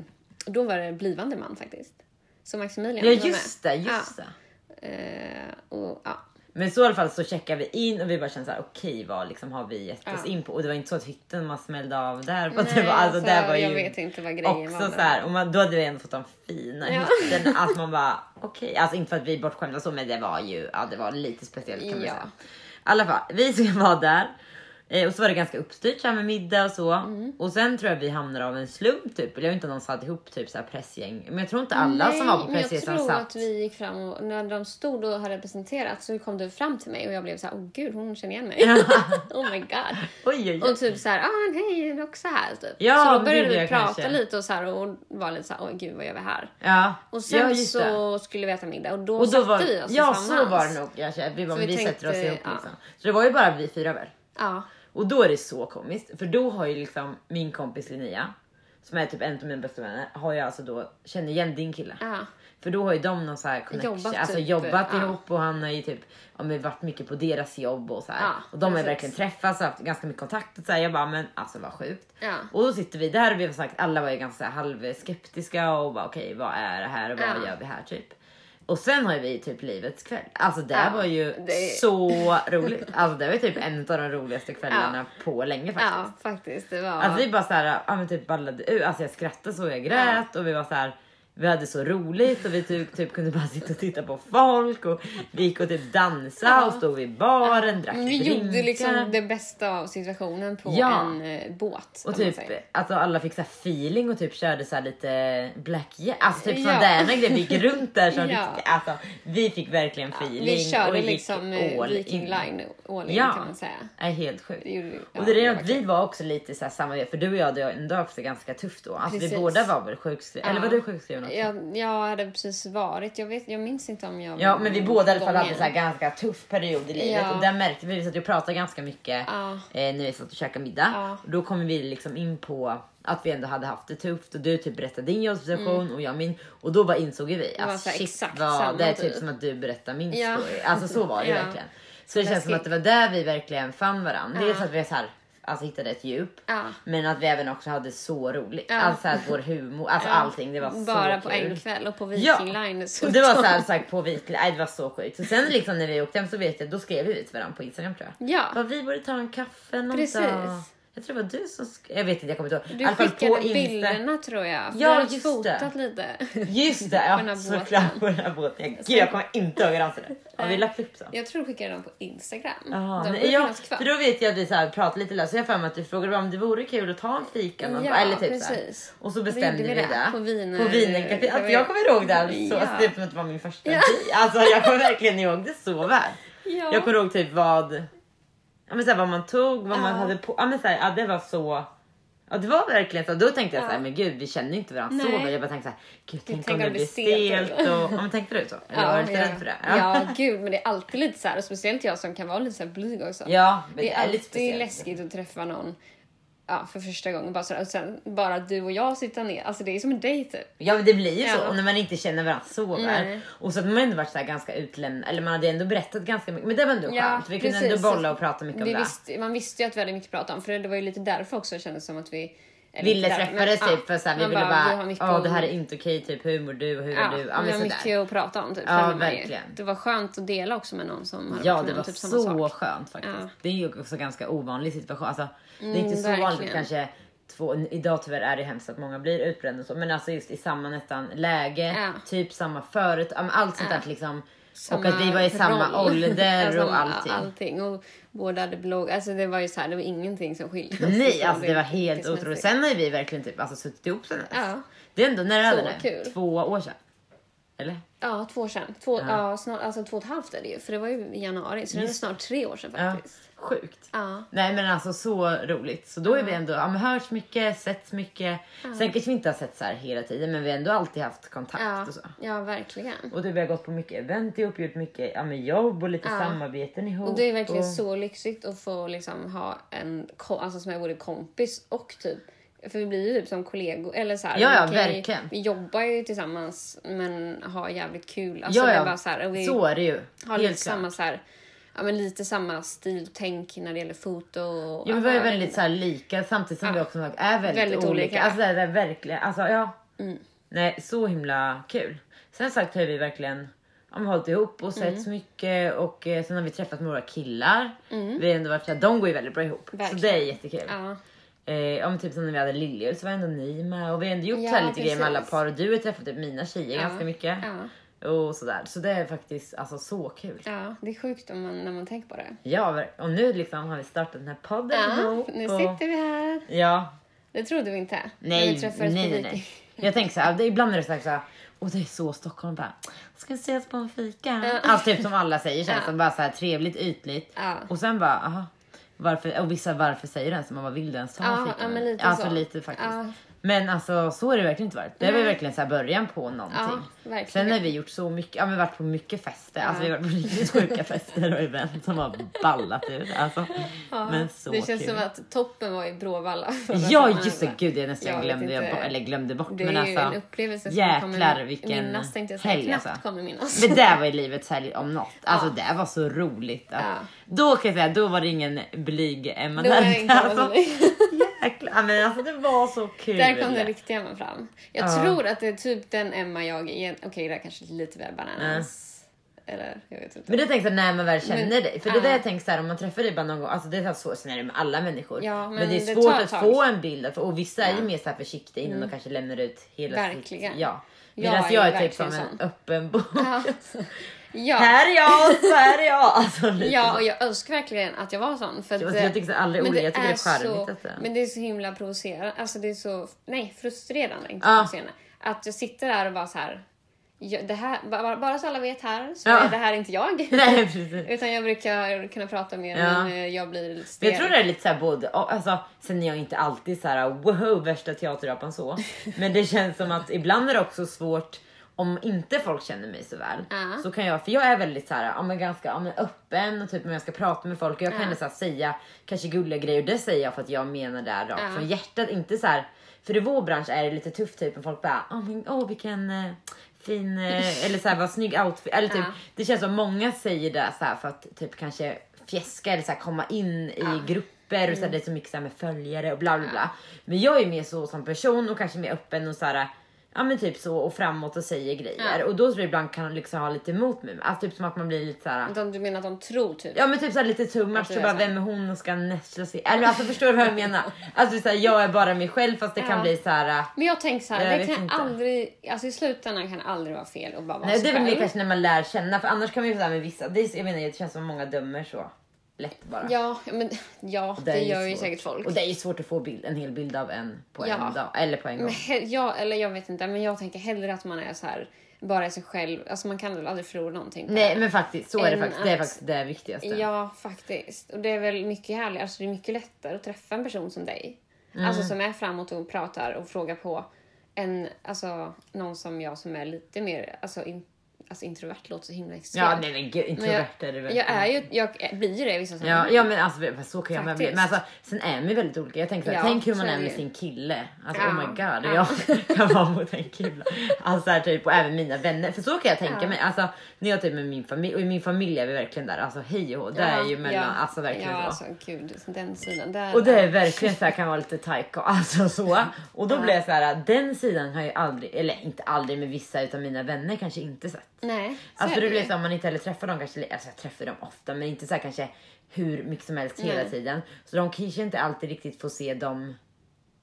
Speaker 1: då var det blivande man faktiskt. Så Maximilian.
Speaker 2: Ja, just det, just
Speaker 1: ja. det. Uh, och, ja.
Speaker 2: Men så i alla fall så checkar vi in och vi bara känner så här, okej okay, vad liksom har vi gett oss
Speaker 1: ja.
Speaker 2: in på? Och det var inte så att hytten man smällde av där. För
Speaker 1: Nej,
Speaker 2: det var, alltså,
Speaker 1: alltså,
Speaker 2: där var
Speaker 1: jag
Speaker 2: ju
Speaker 1: vet inte vad grejen
Speaker 2: också
Speaker 1: var.
Speaker 2: Så här, och man, då hade vi ändå fått de fina ja. hytten. Att man bara, okej. Okay. Alltså inte för att vi bortskämda så, men det var ju, ja det var lite speciellt kan man
Speaker 1: ja.
Speaker 2: säga. I alla fall, vi ska vara där. Eh, och så var det ganska uppstyrt så här med middag och så. Mm. Och sen tror jag vi hamnar av en slump typ. Jag vet inte om de satt ihop typ så här pressgäng. Men jag tror inte alla
Speaker 1: Nej,
Speaker 2: som var på pressgäng
Speaker 1: som satt.
Speaker 2: Jag
Speaker 1: tror att vi gick fram och när de stod och hade presenterat så kom du fram till mig och jag blev så här, åh gud, hon känner igen mig. Oh my god.
Speaker 2: Oj, oj, oj.
Speaker 1: Och typ så här, ah men hej, är du också här typ.
Speaker 2: Ja,
Speaker 1: så då började vi prata
Speaker 2: kanske.
Speaker 1: lite och så här och var lite så här, åh gud, vad gör vi här?
Speaker 2: Ja.
Speaker 1: Och sen
Speaker 2: ja,
Speaker 1: så skulle vi äta middag och då,
Speaker 2: och då
Speaker 1: satte
Speaker 2: var,
Speaker 1: vi oss
Speaker 2: ja,
Speaker 1: tillsammans.
Speaker 2: så var det nog. Jag känner, vi, var, vi, vi tänkte, sätter oss ihop
Speaker 1: ja.
Speaker 2: liksom. Så det var ju bara vi fyra väl.
Speaker 1: Ja.
Speaker 2: Och då är det så komiskt. För då har ju liksom min kompis Linnea, som är typ en av mina bästa vänner, har jag alltså då, känner igen din kille.
Speaker 1: Ja.
Speaker 2: För då har ju de någon så här connection.
Speaker 1: Jobbat
Speaker 2: alltså
Speaker 1: typ,
Speaker 2: jobbat
Speaker 1: ja.
Speaker 2: ihop och han har ju typ ja, men varit mycket på deras jobb och så här.
Speaker 1: Ja,
Speaker 2: och de har
Speaker 1: precis.
Speaker 2: verkligen träffats och haft ganska mycket kontakt och så här. Jag bara, men alltså vad sjukt.
Speaker 1: Ja.
Speaker 2: Och då sitter vi där och vi har sagt, alla var ju ganska halvskeptiska och bara okej, okay, vad är det här och vad
Speaker 1: Ja.
Speaker 2: gör vi här typ. Och sen har vi typ livets kväll. Alltså det
Speaker 1: ja,
Speaker 2: var ju
Speaker 1: det...
Speaker 2: så roligt. Alltså det var typ en av de roligaste kvällarna ja. på länge faktiskt.
Speaker 1: Ja, faktiskt. Det var...
Speaker 2: Alltså vi bara så här, ja men typ ballade ut. Alltså jag skrattade så jag grät ja. och vi var så här. Vi hade så roligt och vi typ, typ kunde bara sitta och titta på folk och vi gick och typ dansa ja. och stod vid baren, ja. drack
Speaker 1: Vi
Speaker 2: drinkar.
Speaker 1: gjorde liksom det bästa av situationen på
Speaker 2: ja.
Speaker 1: en eh, båt.
Speaker 2: Och typ alltså alla fick så här feeling och typ körde så här lite black yeah. Alltså typ sån
Speaker 1: ja.
Speaker 2: där när vi gick runt där som
Speaker 1: ja.
Speaker 2: riktigt, alltså vi fick verkligen feeling.
Speaker 1: Ja, vi körde
Speaker 2: och
Speaker 1: liksom all Viking Line all in,
Speaker 2: ja.
Speaker 1: kan man säga.
Speaker 2: Ja, är helt sjukt.
Speaker 1: Det, ja,
Speaker 2: och det är
Speaker 1: det
Speaker 2: att vi var också lite så här samma för du och jag hade en dag också ganska tufft då. Alltså
Speaker 1: precis.
Speaker 2: vi båda var väl sjukskrivna.
Speaker 1: Ja.
Speaker 2: Eller var du sjukskriven också?
Speaker 1: Ja, jag hade precis varit. Jag vet, jag minns inte om jag
Speaker 2: Ja, men vi båda i alla fall hade så här ganska tuff period i livet
Speaker 1: ja.
Speaker 2: och där märkte vi att vi pratade ganska mycket
Speaker 1: ja.
Speaker 2: eh, när vi satt och käkade middag.
Speaker 1: Ja.
Speaker 2: Och då kom vi liksom in på att vi ändå hade haft det tufft och du typ berättade din jobbsituation mm. och jag min och då bara insåg vi att alltså, shit exakt vad, det är typ, typ som att du berättar min ja. story. Alltså så var det ja. verkligen. Så det, det känns som att det var där vi verkligen fann varandra. Ja. Dels att vi är så här alltså hittade ett djup. Ja. Men att vi även också hade så roligt. Ja. Alltså att vår humor, alltså ja. allting, det var så
Speaker 1: bara
Speaker 2: kul.
Speaker 1: På en kväll och på Viking Line.
Speaker 2: Ja. Och det var så här sagt på Viking, nej det var så sjukt. Så sen liksom när vi åkte hem så vet jag, då skrev vi ut varandra på Instagram tror jag.
Speaker 1: Ja.
Speaker 2: Bara, vi borde ta en kaffe någon
Speaker 1: precis.
Speaker 2: dag. Jag tror det var du som sk- jag vet inte, jag kommer inte ihåg.
Speaker 1: Du skickade på bilderna tror jag.
Speaker 2: Ja,
Speaker 1: du
Speaker 2: just
Speaker 1: fotat
Speaker 2: det.
Speaker 1: lite.
Speaker 2: Just det, ja, såklart på den här båten. Gud, jag kommer inte ihåg hur han ser det. Har vi lagt upp så?
Speaker 1: Jag tror du skickade dem på Instagram.
Speaker 2: Aha, nej, ja, för då vet jag att vi så här pratade lite där. Så jag för mig att du frågade om det vore kul att ta en fika. Någon,
Speaker 1: ja,
Speaker 2: eller typ
Speaker 1: precis.
Speaker 2: så här. Och så bestämde vi det. det.
Speaker 1: På viner.
Speaker 2: På vinenkafé. Alltså, jag kommer ihåg det här så.
Speaker 1: Ja.
Speaker 2: Det som att det var min första ja. Alltså jag kommer verkligen ihåg det så väl.
Speaker 1: Ja.
Speaker 2: Jag kommer ihåg typ vad... Ja, men så här, vad man tog, vad
Speaker 1: ja.
Speaker 2: man hade på. Ja, men så här, ja, det var så... Ja, det var verkligen så. Då tänkte jag ja. så här, men gud, vi känner inte varandra Nej. så. Men jag bara tänkte så här, gud, tänk om det blir stelt. Och... Ja, men tänkte du så? Eller
Speaker 1: ja,
Speaker 2: var du lite
Speaker 1: ja.
Speaker 2: rädd för det?
Speaker 1: Ja. ja, gud, men det är alltid lite så här. Och speciellt jag som kan vara lite så här blyg också.
Speaker 2: Ja, men
Speaker 1: det är,
Speaker 2: det är
Speaker 1: alltid
Speaker 2: lite speciellt.
Speaker 1: läskigt att träffa någon. Ja, för första gången. Bara så där. Och sen bara du och jag sitta ner. Alltså det är som en dejt typ.
Speaker 2: Ja, men det blir ju
Speaker 1: ja.
Speaker 2: så. Och när man inte känner varandra så väl. Och så att man ändå varit så här ganska utlämnad. Eller man hade ändå berättat ganska mycket. Men det var ändå
Speaker 1: ja,
Speaker 2: skönt. Vi kunde
Speaker 1: precis.
Speaker 2: ändå bolla och prata mycket
Speaker 1: det
Speaker 2: om det.
Speaker 1: Visste, man visste ju att vi hade mycket att prata om. För det var ju lite därför också det kändes som att vi...
Speaker 2: Ville träffades typ. Ja, för så här, vi ville bara,
Speaker 1: bara
Speaker 2: ja oh, det här är inte okej. Typ hur mår du och hur
Speaker 1: ja,
Speaker 2: är du?
Speaker 1: Ja, vi har mycket där. Att prata om typ.
Speaker 2: Ja, verkligen.
Speaker 1: Det var skönt att dela också med någon som hade
Speaker 2: ja, det var
Speaker 1: typ
Speaker 2: så
Speaker 1: samma sak.
Speaker 2: skönt faktiskt. Ja. Det är ju också ganska ovanlig situation. Alltså,
Speaker 1: mm,
Speaker 2: det är inte så
Speaker 1: verkligen.
Speaker 2: vanligt kanske. Två, idag tyvärr är det hemskt att många blir utbrända och så. Men alltså just i samma nästan läge. Ja. Typ samma förut. Allt sånt ja. där liksom.
Speaker 1: samma
Speaker 2: och att vi var i samma
Speaker 1: roll.
Speaker 2: ålder
Speaker 1: Alltså,
Speaker 2: och allting.
Speaker 1: allting. Och båda hade blogg. Alltså det var ju så här, det var ingenting som skilde oss.
Speaker 2: Nej, alltså det var helt
Speaker 1: liksom
Speaker 2: otroligt. Sen har vi verkligen typ alltså, suttit ihop sen dess.
Speaker 1: Ja.
Speaker 2: Det är ändå, när är
Speaker 1: Så
Speaker 2: det nu?
Speaker 1: kul.
Speaker 2: Två år sedan. Eller?
Speaker 1: Ja, två år sedan. Två,
Speaker 2: Ja.
Speaker 1: ja. snart, alltså två och ett halvt är det ju. För det var ju i januari. Så det är
Speaker 2: Just
Speaker 1: snart tre år sedan
Speaker 2: Ja,
Speaker 1: faktiskt.
Speaker 2: sjukt.
Speaker 1: Ja.
Speaker 2: Nej men alltså så roligt. Så då är vi ändå, ja men hörts mycket, setts mycket. Sen kanske vi inte har sett så här hela tiden, men vi har ändå alltid haft kontakt
Speaker 1: Ja.
Speaker 2: och så.
Speaker 1: Ja, verkligen.
Speaker 2: Och det, vi har gått på mycket event ihop, gjort mycket ja, men jobb och lite
Speaker 1: Ja.
Speaker 2: samarbeten ihop.
Speaker 1: Och det är verkligen
Speaker 2: och...
Speaker 1: så lyxigt att få liksom ha en ko- alltså som är både kompis och typ, för vi blir ju typ som kollegor eller så här.
Speaker 2: Ja, ja,
Speaker 1: vi kan ju-
Speaker 2: verkligen.
Speaker 1: Vi jobbar ju tillsammans men har jävligt kul. Alltså
Speaker 2: ja,
Speaker 1: det
Speaker 2: ja.
Speaker 1: är bara så här, och vi
Speaker 2: så är det ju.
Speaker 1: har
Speaker 2: Helt
Speaker 1: lite
Speaker 2: klart.
Speaker 1: samma så här, ja men lite samma stil och tänk när det gäller foto och
Speaker 2: Ja, men vi är
Speaker 1: alltså,
Speaker 2: väldigt så här lika samtidigt som
Speaker 1: Ja.
Speaker 2: vi också är väldigt,
Speaker 1: Väldigt
Speaker 2: olika.
Speaker 1: olika.
Speaker 2: Alltså det är verkligen, alltså ja.
Speaker 1: Mm.
Speaker 2: Nej, så himla kul. Sen sagt har vi verkligen ja, men hållit ihop och
Speaker 1: Mm.
Speaker 2: sett mycket och eh, sen har vi träffat med våra killar. Vi har ändå varit så här, de går ju väldigt bra ihop. Så
Speaker 1: Verkligen.
Speaker 2: det är jättekul.
Speaker 1: Ja.
Speaker 2: Eh, ja, men typ som när vi hade Lilja så var ändå ni med och vi har ändå gjort
Speaker 1: Ja,
Speaker 2: så här lite grejer med alla
Speaker 1: precis.
Speaker 2: par och du har träffat typ mina tjejer
Speaker 1: Ja.
Speaker 2: ganska mycket.
Speaker 1: Ja.
Speaker 2: Och sådär. Så det är faktiskt alltså så kul.
Speaker 1: Ja, det är sjukt om man, när man tänker på det.
Speaker 2: Ja, ver- och nu liksom har vi startat den här podden
Speaker 1: Ja,
Speaker 2: ihop.
Speaker 1: nu
Speaker 2: och...
Speaker 1: sitter vi här.
Speaker 2: Ja,
Speaker 1: Det trodde vi inte. när
Speaker 2: nej,
Speaker 1: vi träffades
Speaker 2: nej,
Speaker 1: på
Speaker 2: nej,
Speaker 1: Viking.
Speaker 2: nej. Jag tänker så här, det, ibland är det så här, så här och det är så Stockholm bara, ska vi ses på en fika?
Speaker 1: Ja.
Speaker 2: Alltså typ som alla säger känns
Speaker 1: Ja.
Speaker 2: som bara så här trevligt, ytligt.
Speaker 1: Ja.
Speaker 2: Och sen bara, aha, varför, och vissa varför säger den som man bara vill den ta en
Speaker 1: Ja,
Speaker 2: fika?
Speaker 1: ja, men lite
Speaker 2: alltså
Speaker 1: så.
Speaker 2: lite faktiskt.
Speaker 1: Ja.
Speaker 2: Men alltså så är det verkligen inte varit. Det var
Speaker 1: Nej.
Speaker 2: verkligen så här början på någonting.
Speaker 1: Ja, verkligen.
Speaker 2: Sen har vi gjort så mycket, ja men varit på mycket fester. Alltså vi har varit på riktigt sjuka fester och event som har ballat ut. Alltså,
Speaker 1: Ja,
Speaker 2: men så
Speaker 1: det känns
Speaker 2: kul.
Speaker 1: som att toppen var i Bråvalla. förra
Speaker 2: Ja
Speaker 1: sommaren,
Speaker 2: just det,
Speaker 1: va?
Speaker 2: gud jag nästan
Speaker 1: Jag vet
Speaker 2: glömde, jag,
Speaker 1: inte.
Speaker 2: bort- eller glömde bort.
Speaker 1: Det är
Speaker 2: men
Speaker 1: ju
Speaker 2: alltså,
Speaker 1: en upplevelse som
Speaker 2: jäklar,
Speaker 1: jag kommer
Speaker 2: vilken
Speaker 1: minnas, tänkte jag säga.
Speaker 2: helg,
Speaker 1: Knappt
Speaker 2: alltså.
Speaker 1: kommer minnas.
Speaker 2: Men det var ju livets helg om något. Alltså
Speaker 1: Ja.
Speaker 2: det var så roligt. Att,
Speaker 1: Ja.
Speaker 2: Då kan jag säga, då var det ingen blyg Emma
Speaker 1: Då var jag
Speaker 2: där.
Speaker 1: inte
Speaker 2: Alltså,
Speaker 1: alltså,
Speaker 2: jäklar, men alltså det var så kul.
Speaker 1: där kom den riktiga Emma fram. Jag
Speaker 2: Ja.
Speaker 1: tror att det är typ den Emma jag igen. Okej, det är kanske lite väl bananas. Eller jag vet inte.
Speaker 2: Men det tänkte jag när man väl känner
Speaker 1: Men-
Speaker 2: dig. För
Speaker 1: ja.
Speaker 2: det där jag tänkte så här, om man träffar dig bara någon gång. Alltså det är så, sen är det med alla människor.
Speaker 1: Ja,
Speaker 2: men,
Speaker 1: men
Speaker 2: det är
Speaker 1: det
Speaker 2: svårt
Speaker 1: tar ett
Speaker 2: att
Speaker 1: tag.
Speaker 2: få en bild. av- Och vissa är ju
Speaker 1: Ja.
Speaker 2: mer så här försiktiga innan de kanske lämnar ut hela
Speaker 1: Verkligen.
Speaker 2: sitt. Ja.
Speaker 1: Jag
Speaker 2: Medan
Speaker 1: är
Speaker 2: jag
Speaker 1: ju
Speaker 2: är typ som
Speaker 1: verkligen
Speaker 2: en
Speaker 1: sån.
Speaker 2: öppen bok.
Speaker 1: Ja. Ja.
Speaker 2: Här är jag, så här är jag. Alltså, lite
Speaker 1: Ja,
Speaker 2: så.
Speaker 1: och jag önskar verkligen att jag var sån. För att,
Speaker 2: Jag, jag tycker så aldrig
Speaker 1: men
Speaker 2: ordet, jag tycker det är charmigt.
Speaker 1: så,
Speaker 2: Att det...
Speaker 1: men det är så himla provocerande. Alltså det är så, nej, frustrerande, inte
Speaker 2: Ja.
Speaker 1: provocerande. Att jag sitter där och bara så här. Jag, det här bara, bara så alla vet här så
Speaker 2: Ja.
Speaker 1: är det här inte jag.
Speaker 2: Nej, precis.
Speaker 1: Utan jag brukar kunna prata mer
Speaker 2: Ja.
Speaker 1: men eh, jag blir lite
Speaker 2: Men jag tror det är lite så här både, och, alltså, sen är jag inte alltid så här wow värsta teaterapan så. Men det känns som att ibland är det också svårt om inte folk känner mig så väl.
Speaker 1: Ja.
Speaker 2: Så kan jag, för jag är väldigt så här, ja, men ganska ja, men öppen och typ när jag ska prata med folk. Och jag kan
Speaker 1: Ja.
Speaker 2: så här, säga kanske gulliga grejer och det säger jag för att jag menar det rakt
Speaker 1: Ja.
Speaker 2: från hjärtat. Inte så här, för i vår bransch är det lite tufft typ och folk bara, åh oh, oh, vilken eh, fin, eh, eller så här, vad snygg outfit. Eller typ,
Speaker 1: Ja.
Speaker 2: det känns som många säger det så här för att typ kanske fjäska eller så här, komma in i
Speaker 1: Ja.
Speaker 2: grupper och så här, det är så mycket så här, med följare och bla bla bla. Men jag är mer så som person och kanske mer öppen och så här, ja men typ så och framåt och säger grejer.
Speaker 1: Ja.
Speaker 2: Och då tror jag ibland kan liksom ha lite emot mig. Alltså typ som att man blir lite så här.
Speaker 1: De, du menar att de tror typ?
Speaker 2: Ja men typ såhär lite too much
Speaker 1: Att du
Speaker 2: och
Speaker 1: är
Speaker 2: bara
Speaker 1: så.
Speaker 2: vem är hon och ska nästla sig. Eller alltså förstår du vad jag menar? Alltså så här, jag är bara mig själv fast det kan
Speaker 1: Ja.
Speaker 2: bli så här.
Speaker 1: Men jag tänker så här,
Speaker 2: Jag
Speaker 1: det
Speaker 2: vet
Speaker 1: kan
Speaker 2: inte.
Speaker 1: aldrig, alltså i slutändan kan det aldrig vara fel att bara vara
Speaker 2: Nej
Speaker 1: sig
Speaker 2: det är väl mer
Speaker 1: själv.
Speaker 2: kanske när man lär känna för annars kan man ju såhär med vissa. Det, är, jag menar det känns som många dömer så lätt bara.
Speaker 1: Ja, men ja,
Speaker 2: Och
Speaker 1: det,
Speaker 2: är
Speaker 1: gör ju
Speaker 2: svårt.
Speaker 1: säkert folk.
Speaker 2: Och det är ju svårt att få bild, en hel bild av en på
Speaker 1: Ja.
Speaker 2: en dag. Eller på en gång.
Speaker 1: Men he- ja, eller jag vet inte, men jag tänker hellre att man är så här bara är sig själv. Alltså man kan väl aldrig förlora någonting på
Speaker 2: Nej
Speaker 1: det.
Speaker 2: men faktiskt, så är det
Speaker 1: Än
Speaker 2: faktiskt. Det är
Speaker 1: att-
Speaker 2: faktiskt det viktigaste.
Speaker 1: Ja, faktiskt. Och det är väl mycket härligare, alltså det är mycket lättare att träffa en person som dig.
Speaker 2: Mm.
Speaker 1: Alltså som är framåt och pratar och frågar på än alltså någon som jag som är lite mer alltså, in, alltså introvert låter så himla extremt.
Speaker 2: Ja nej men gud, introvert är det väl.
Speaker 1: Jag är ju, jag blir ju det i vissa
Speaker 2: Ja,
Speaker 1: sammanhang.
Speaker 2: ja men alltså så kan jag med bli.
Speaker 1: Faktiskt.
Speaker 2: Men alltså sen är vi väldigt olika. Jag tänker så här,
Speaker 1: Ja,
Speaker 2: tänk hur
Speaker 1: så
Speaker 2: man
Speaker 1: är
Speaker 2: är
Speaker 1: det
Speaker 2: med
Speaker 1: ju.
Speaker 2: sin kille. Alltså
Speaker 1: Ja.
Speaker 2: oh my god.
Speaker 1: Ja.
Speaker 2: Jag kan vara mot en kille. Alltså så här, typ och även mina vänner. För så kan jag tänka
Speaker 1: Ja.
Speaker 2: mig. Alltså när jag är typ med min familj. Och i min familj är vi verkligen där. Alltså hej och hå. Det är ju mellan. Alltså verkligen
Speaker 1: ja,
Speaker 2: så.
Speaker 1: alltså gud, den sidan där.
Speaker 2: Och det är verkligen så här kan vara lite taiko. Alltså så. Och då
Speaker 1: Ja.
Speaker 2: blir jag så här. Den sidan har jag aldrig. Eller inte aldrig med vissa utan mina vänner kanske inte sett.
Speaker 1: Nej, så
Speaker 2: Alltså
Speaker 1: är
Speaker 2: det
Speaker 1: det
Speaker 2: blir
Speaker 1: ju.
Speaker 2: så om man inte heller träffar dem kanske, alltså jag träffar dem ofta men inte så här kanske hur mycket som helst hela
Speaker 1: Nej.
Speaker 2: tiden. Så de kanske inte alltid riktigt får se dem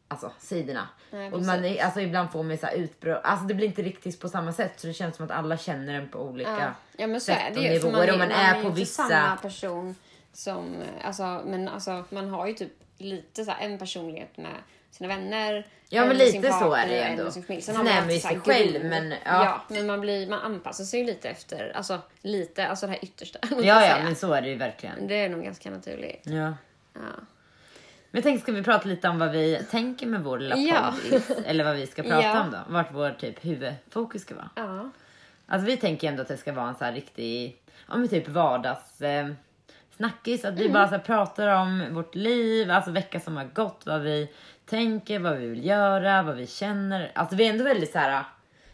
Speaker 2: alltså, sidorna.
Speaker 1: Nej,
Speaker 2: och man är, alltså, ibland får man så här utbrott. Alltså det blir inte riktigt på samma sätt. Så det känns som att alla känner en på olika
Speaker 1: ja. Ja, men så
Speaker 2: sätt
Speaker 1: är det
Speaker 2: och
Speaker 1: ju.
Speaker 2: nivåer.
Speaker 1: Man är,
Speaker 2: och man,
Speaker 1: man
Speaker 2: är
Speaker 1: är
Speaker 2: på
Speaker 1: ju
Speaker 2: vissa...
Speaker 1: samma person som... Alltså, men alltså, man har ju typ lite så här, en personlighet med sina vänner.
Speaker 2: Ja, men
Speaker 1: med
Speaker 2: lite
Speaker 1: sin
Speaker 2: så
Speaker 1: partner,
Speaker 2: är det
Speaker 1: en
Speaker 2: ändå.
Speaker 1: med sin familj. Sen
Speaker 2: Sen
Speaker 1: har man
Speaker 2: är man
Speaker 1: alltid
Speaker 2: ju
Speaker 1: så här
Speaker 2: sig själv,
Speaker 1: grund.
Speaker 2: men, ja.
Speaker 1: ja. Men man, blir, man anpassar sig ju lite efter... Alltså lite, alltså det här yttersta.
Speaker 2: Ja, ja, men så är det ju verkligen.
Speaker 1: Det är nog ganska naturligt.
Speaker 2: Ja.
Speaker 1: Ja.
Speaker 2: Men jag tänkte, ska vi prata lite om vad vi tänker med vår lilla
Speaker 1: Ja.
Speaker 2: poddis? Eller vad vi ska prata
Speaker 1: Ja.
Speaker 2: om då? Vart vår typ huvudfokus ska vara.
Speaker 1: Ja.
Speaker 2: Alltså vi tänker ändå att det ska vara en så här riktig, ja men typ vardags eh, snackis. Att vi
Speaker 1: Mm.
Speaker 2: bara så här pratar om vårt liv, alltså vecka som har gått, vad vi tänker, vad vi vill göra, vad vi känner. Alltså vi är ändå väldigt så här,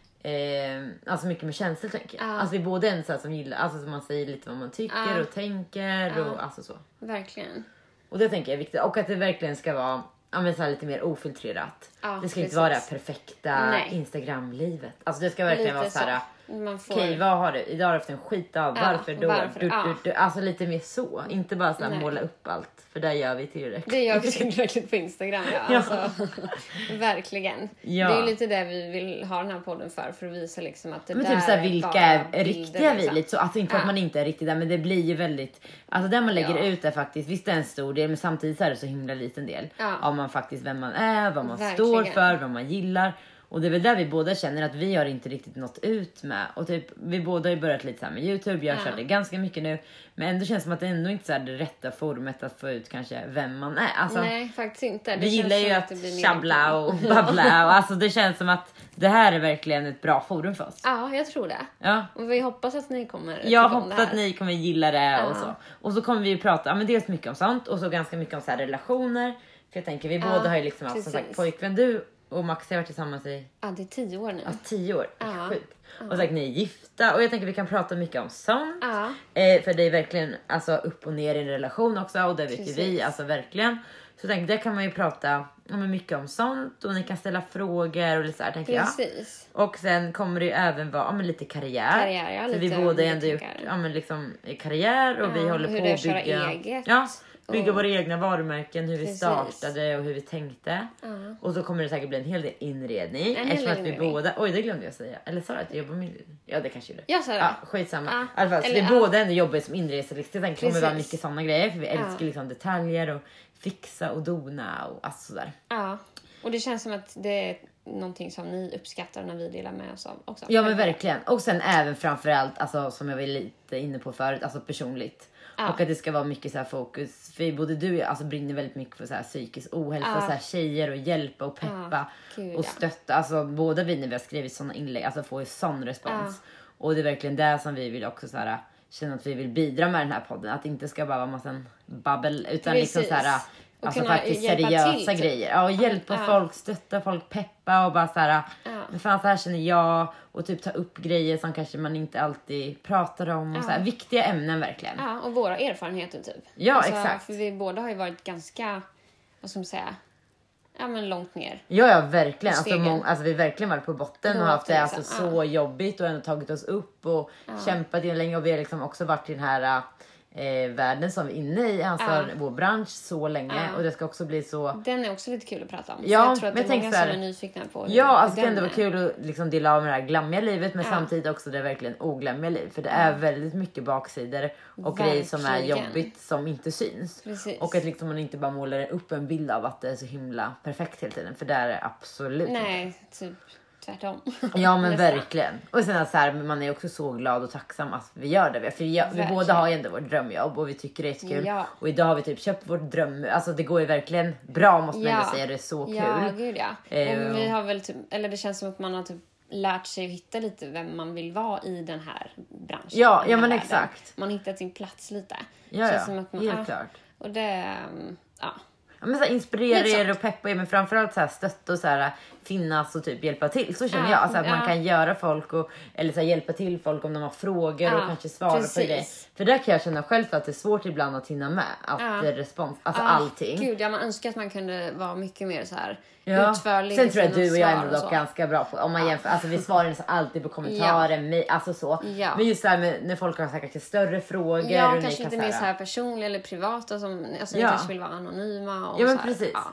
Speaker 2: eh, alltså mycket med känslor tänker jag.
Speaker 1: Ja.
Speaker 2: Alltså vi är både en så här som gillar, alltså som man säger lite vad man tycker
Speaker 1: Ja.
Speaker 2: och tänker
Speaker 1: Ja.
Speaker 2: och alltså så.
Speaker 1: Verkligen.
Speaker 2: Och det tänker jag är viktigt. Och att det verkligen ska vara, ja, men så här lite mer ofiltrerat.
Speaker 1: Ja,
Speaker 2: det ska inte
Speaker 1: precis.
Speaker 2: vara det här perfekta
Speaker 1: Nej.
Speaker 2: Instagram-livet. Alltså det ska verkligen
Speaker 1: Lite
Speaker 2: vara så här.
Speaker 1: Man får...
Speaker 2: Okej, vad har du? Idag har du haft en skitdag.
Speaker 1: Ja,
Speaker 2: Varför då?
Speaker 1: varför?
Speaker 2: Du,
Speaker 1: Ja.
Speaker 2: du, du. Alltså lite mer så. Inte bara så här
Speaker 1: Nej.
Speaker 2: måla upp allt. För där gör vi tillräckligt.
Speaker 1: Det gör vi tillräckligt på Instagram. Ja.
Speaker 2: Ja.
Speaker 1: Alltså, verkligen.
Speaker 2: Ja.
Speaker 1: Det är lite det vi vill ha den här podden för. För att visa liksom att det
Speaker 2: Men
Speaker 1: där
Speaker 2: typ såhär,
Speaker 1: är
Speaker 2: vilka
Speaker 1: bara
Speaker 2: är
Speaker 1: bilder,
Speaker 2: riktiga vi?
Speaker 1: liksom.
Speaker 2: Lite så, alltså inte för att
Speaker 1: Ja.
Speaker 2: man inte är riktig där, men det blir ju väldigt, alltså där man lägger
Speaker 1: Ja.
Speaker 2: ut det faktiskt, visst det är en stor del, men samtidigt så är det så himla liten del.
Speaker 1: Ja.
Speaker 2: Av man faktiskt, vem man är, vad man
Speaker 1: Verkligen.
Speaker 2: står för, vad man gillar. Och det är väl där vi båda känner att vi har inte riktigt nått ut med. Och typ, vi båda har ju börjat lite så här med YouTube, jag
Speaker 1: Ja.
Speaker 2: kör det ganska mycket nu. Men ändå känns det som att det ändå inte är det rätta formet att få ut kanske vem man är. Alltså,
Speaker 1: Nej, faktiskt inte. Det
Speaker 2: vi
Speaker 1: känns
Speaker 2: gillar ju
Speaker 1: som
Speaker 2: att
Speaker 1: det blir mer-
Speaker 2: tjabbla och babbla. Och alltså det känns som att det här är verkligen ett bra forum för oss.
Speaker 1: Ja, jag tror det.
Speaker 2: Ja.
Speaker 1: Och vi hoppas att ni kommer
Speaker 2: Jag
Speaker 1: tycka om det
Speaker 2: hoppas
Speaker 1: här.
Speaker 2: att ni kommer gilla det och
Speaker 1: Ja.
Speaker 2: så. Och så kommer vi ju prata, ja, men dels mycket om sånt och så ganska mycket om så här relationer. För jag tänker, vi
Speaker 1: Ja,
Speaker 2: båda har ju liksom haft som
Speaker 1: precis.
Speaker 2: sagt pojkvän. Du och Max har varit tillsammans i
Speaker 1: Ja, det är tio år nu.
Speaker 2: ja, tio år. Det är
Speaker 1: Ja.
Speaker 2: sjukt. Och sagt, ni är gifta och jag tänker vi kan prata mycket om sånt.
Speaker 1: Ja.
Speaker 2: Eh, för det är verkligen alltså, upp och ner i en relation också och det vet ju
Speaker 1: Precis.
Speaker 2: vi, alltså verkligen. Så jag tänker, där kan man ju prata ja, men mycket om sånt och ni kan ställa frågor och lite så här, tänker jag.
Speaker 1: Precis.
Speaker 2: Och sen kommer det ju även vara ja, men lite karriär.
Speaker 1: Karriär, ja,
Speaker 2: För vi
Speaker 1: lite
Speaker 2: båda har
Speaker 1: olika
Speaker 2: ändå gjort
Speaker 1: tankar.
Speaker 2: ja, men liksom, karriär och
Speaker 1: Ja,
Speaker 2: vi håller
Speaker 1: hur
Speaker 2: på
Speaker 1: det är
Speaker 2: att
Speaker 1: att köra
Speaker 2: bygga,
Speaker 1: eget.
Speaker 2: ja, bygga
Speaker 1: Och-
Speaker 2: våra egna varumärken, hur vi
Speaker 1: Precis.
Speaker 2: startade och hur vi tänkte.
Speaker 1: Ja.
Speaker 2: Och så kommer det säkert bli en hel del inredning.
Speaker 1: En hel
Speaker 2: Eftersom
Speaker 1: del
Speaker 2: att vi
Speaker 1: inredning.
Speaker 2: båda, oj det glömde jag säga. Eller sa jag att jag jobbar med inredning? Ja det kanske gjorde.
Speaker 1: Jag sa det.
Speaker 2: Ja, skitsamma.
Speaker 1: Ja.
Speaker 2: I alla fall, så
Speaker 1: Eller,
Speaker 2: vi
Speaker 1: ja.
Speaker 2: båda ändå jobbar som inredningsstylist. Jag tänkte det kommer vara
Speaker 1: Precis.
Speaker 2: mycket sådana grejer. För vi älskar
Speaker 1: Ja.
Speaker 2: liksom detaljer och fixa och dona och alltså sådär.
Speaker 1: Ja. Och det känns som att det är någonting som ni uppskattar när vi delar med oss av också.
Speaker 2: Ja men verkligen. Och sen även framförallt, alltså, som jag var lite inne på förut, alltså personligt.
Speaker 1: Ja.
Speaker 2: Och att det ska vara mycket så här fokus. För både du och jag alltså, brinner väldigt mycket för så här psykisk ohälsa.
Speaker 1: Ja.
Speaker 2: Så här, tjejer och hjälpa och peppa.
Speaker 1: Ja, gud,
Speaker 2: och
Speaker 1: ja.
Speaker 2: stötta. Alltså båda vi när vi har skrivit såna inlägg alltså, får ju sån respons. Och det är verkligen det som vi vill också så här, känna att vi vill bidra med den här podden. Att det inte ska bara vara massa babbel. Utan
Speaker 1: Precis.
Speaker 2: liksom så här,
Speaker 1: Och
Speaker 2: alltså
Speaker 1: kunna
Speaker 2: faktiskt
Speaker 1: hjälpa
Speaker 2: seriösa
Speaker 1: till, typ.
Speaker 2: grejer. Ja, och hjälpa
Speaker 1: Ja.
Speaker 2: folk, stötta folk, peppa och bara så här.
Speaker 1: Ja.
Speaker 2: Men fan så här känner jag. Och typ ta upp grejer som kanske man inte alltid pratar om. Och
Speaker 1: Ja.
Speaker 2: så här, viktiga ämnen verkligen.
Speaker 1: Ja, och våra erfarenheter typ.
Speaker 2: Ja, exakt.
Speaker 1: För vi båda har ju varit ganska, vad ska man säga, ja men långt ner.
Speaker 2: Ja, ja verkligen. Alltså,
Speaker 1: Stegen.
Speaker 2: mång, alltså vi har verkligen varit på botten och
Speaker 1: Ja,
Speaker 2: haft det alltså,
Speaker 1: liksom.
Speaker 2: så jobbigt och ändå tagit oss upp och kämpat in länge. Och vi har liksom också varit i den här eh, världen som vi är inne i, alltså
Speaker 1: Ja.
Speaker 2: vår bransch så länge.
Speaker 1: Ja.
Speaker 2: Och det ska också bli så...
Speaker 1: Den är också lite kul att prata om.
Speaker 2: Ja,
Speaker 1: så jag tror att
Speaker 2: men
Speaker 1: det
Speaker 2: jag
Speaker 1: är många
Speaker 2: tänker så här-
Speaker 1: som är nyfikna på hur-
Speaker 2: Ja,
Speaker 1: hur
Speaker 2: alltså det
Speaker 1: den
Speaker 2: kan ändå vara
Speaker 1: är.
Speaker 2: kul att liksom dela av med det här glammiga livet. Men
Speaker 1: Ja.
Speaker 2: samtidigt också det verkligen oglammiga liv. För det är väldigt mycket baksidor och grejer som är
Speaker 1: Verkligen.
Speaker 2: jobbigt som inte syns.
Speaker 1: Precis.
Speaker 2: Och att liksom man inte bara målar upp en bild av att det är så himla perfekt hela tiden. För det är det absolut inte.
Speaker 1: Nej, typ tvärtom.
Speaker 2: Ja men
Speaker 1: Nästan.
Speaker 2: verkligen. Och sen att så här, man är också så glad och tacksam att vi gör det. För jag, vi
Speaker 1: Verkligen.
Speaker 2: båda har ju ändå vårt drömjobb och vi tycker det är jättekul.
Speaker 1: Ja.
Speaker 2: Och idag har vi typ köpt vårt dröm. Alltså det går ju verkligen bra måste man
Speaker 1: Ja.
Speaker 2: ändå säga. Det är så kul.
Speaker 1: Ja, gud ja.
Speaker 2: Eh,
Speaker 1: Och vi har väl typ, eller det känns som att man har typ lärt sig att hitta lite vem man vill vara i den här branschen.
Speaker 2: Ja,
Speaker 1: i den
Speaker 2: ja,
Speaker 1: här
Speaker 2: men
Speaker 1: världen.
Speaker 2: exakt.
Speaker 1: Man har hittat sin plats lite.
Speaker 2: Ja,
Speaker 1: Känns
Speaker 2: ja.
Speaker 1: som att man,
Speaker 2: Helt
Speaker 1: ah,
Speaker 2: klart.
Speaker 1: Och det, um, ja.
Speaker 2: Ja, men så här, inspirera
Speaker 1: Lite
Speaker 2: er
Speaker 1: sånt.
Speaker 2: och peppa er, men framförallt så här, stötta och så här, finnas och typ hjälpa till. Så känner
Speaker 1: Ja,
Speaker 2: jag. Alltså, att
Speaker 1: ja.
Speaker 2: man kan göra folk och, eller så här, hjälpa till folk om de har frågor
Speaker 1: Ja,
Speaker 2: och kanske svara
Speaker 1: precis.
Speaker 2: på det. För där kan jag känna själv att det är svårt ibland att hinna med. Att
Speaker 1: Ja.
Speaker 2: eh, respons, alltså
Speaker 1: Ah,
Speaker 2: allting.
Speaker 1: Gud, ja, man önskar att man kunde vara mycket mer så här
Speaker 2: Ja.
Speaker 1: utförlig.
Speaker 2: Sen
Speaker 1: i
Speaker 2: tror jag
Speaker 1: sina
Speaker 2: du och jag är
Speaker 1: svar
Speaker 2: ändå
Speaker 1: och
Speaker 2: dock
Speaker 1: så.
Speaker 2: ganska bra på, om man jämför, alltså vi svarar nästan alltid på kommentarer, mej- alltså så.
Speaker 1: Ja.
Speaker 2: Men just det här med när folk har säkert större frågor.
Speaker 1: Ja,
Speaker 2: och ni
Speaker 1: kanske
Speaker 2: kan
Speaker 1: lite mer
Speaker 2: så
Speaker 1: så här personliga eller privata som alltså,
Speaker 2: Ja.
Speaker 1: ni kanske vill vara anonyma. Och
Speaker 2: Ja, men
Speaker 1: så här.
Speaker 2: precis.
Speaker 1: Ja.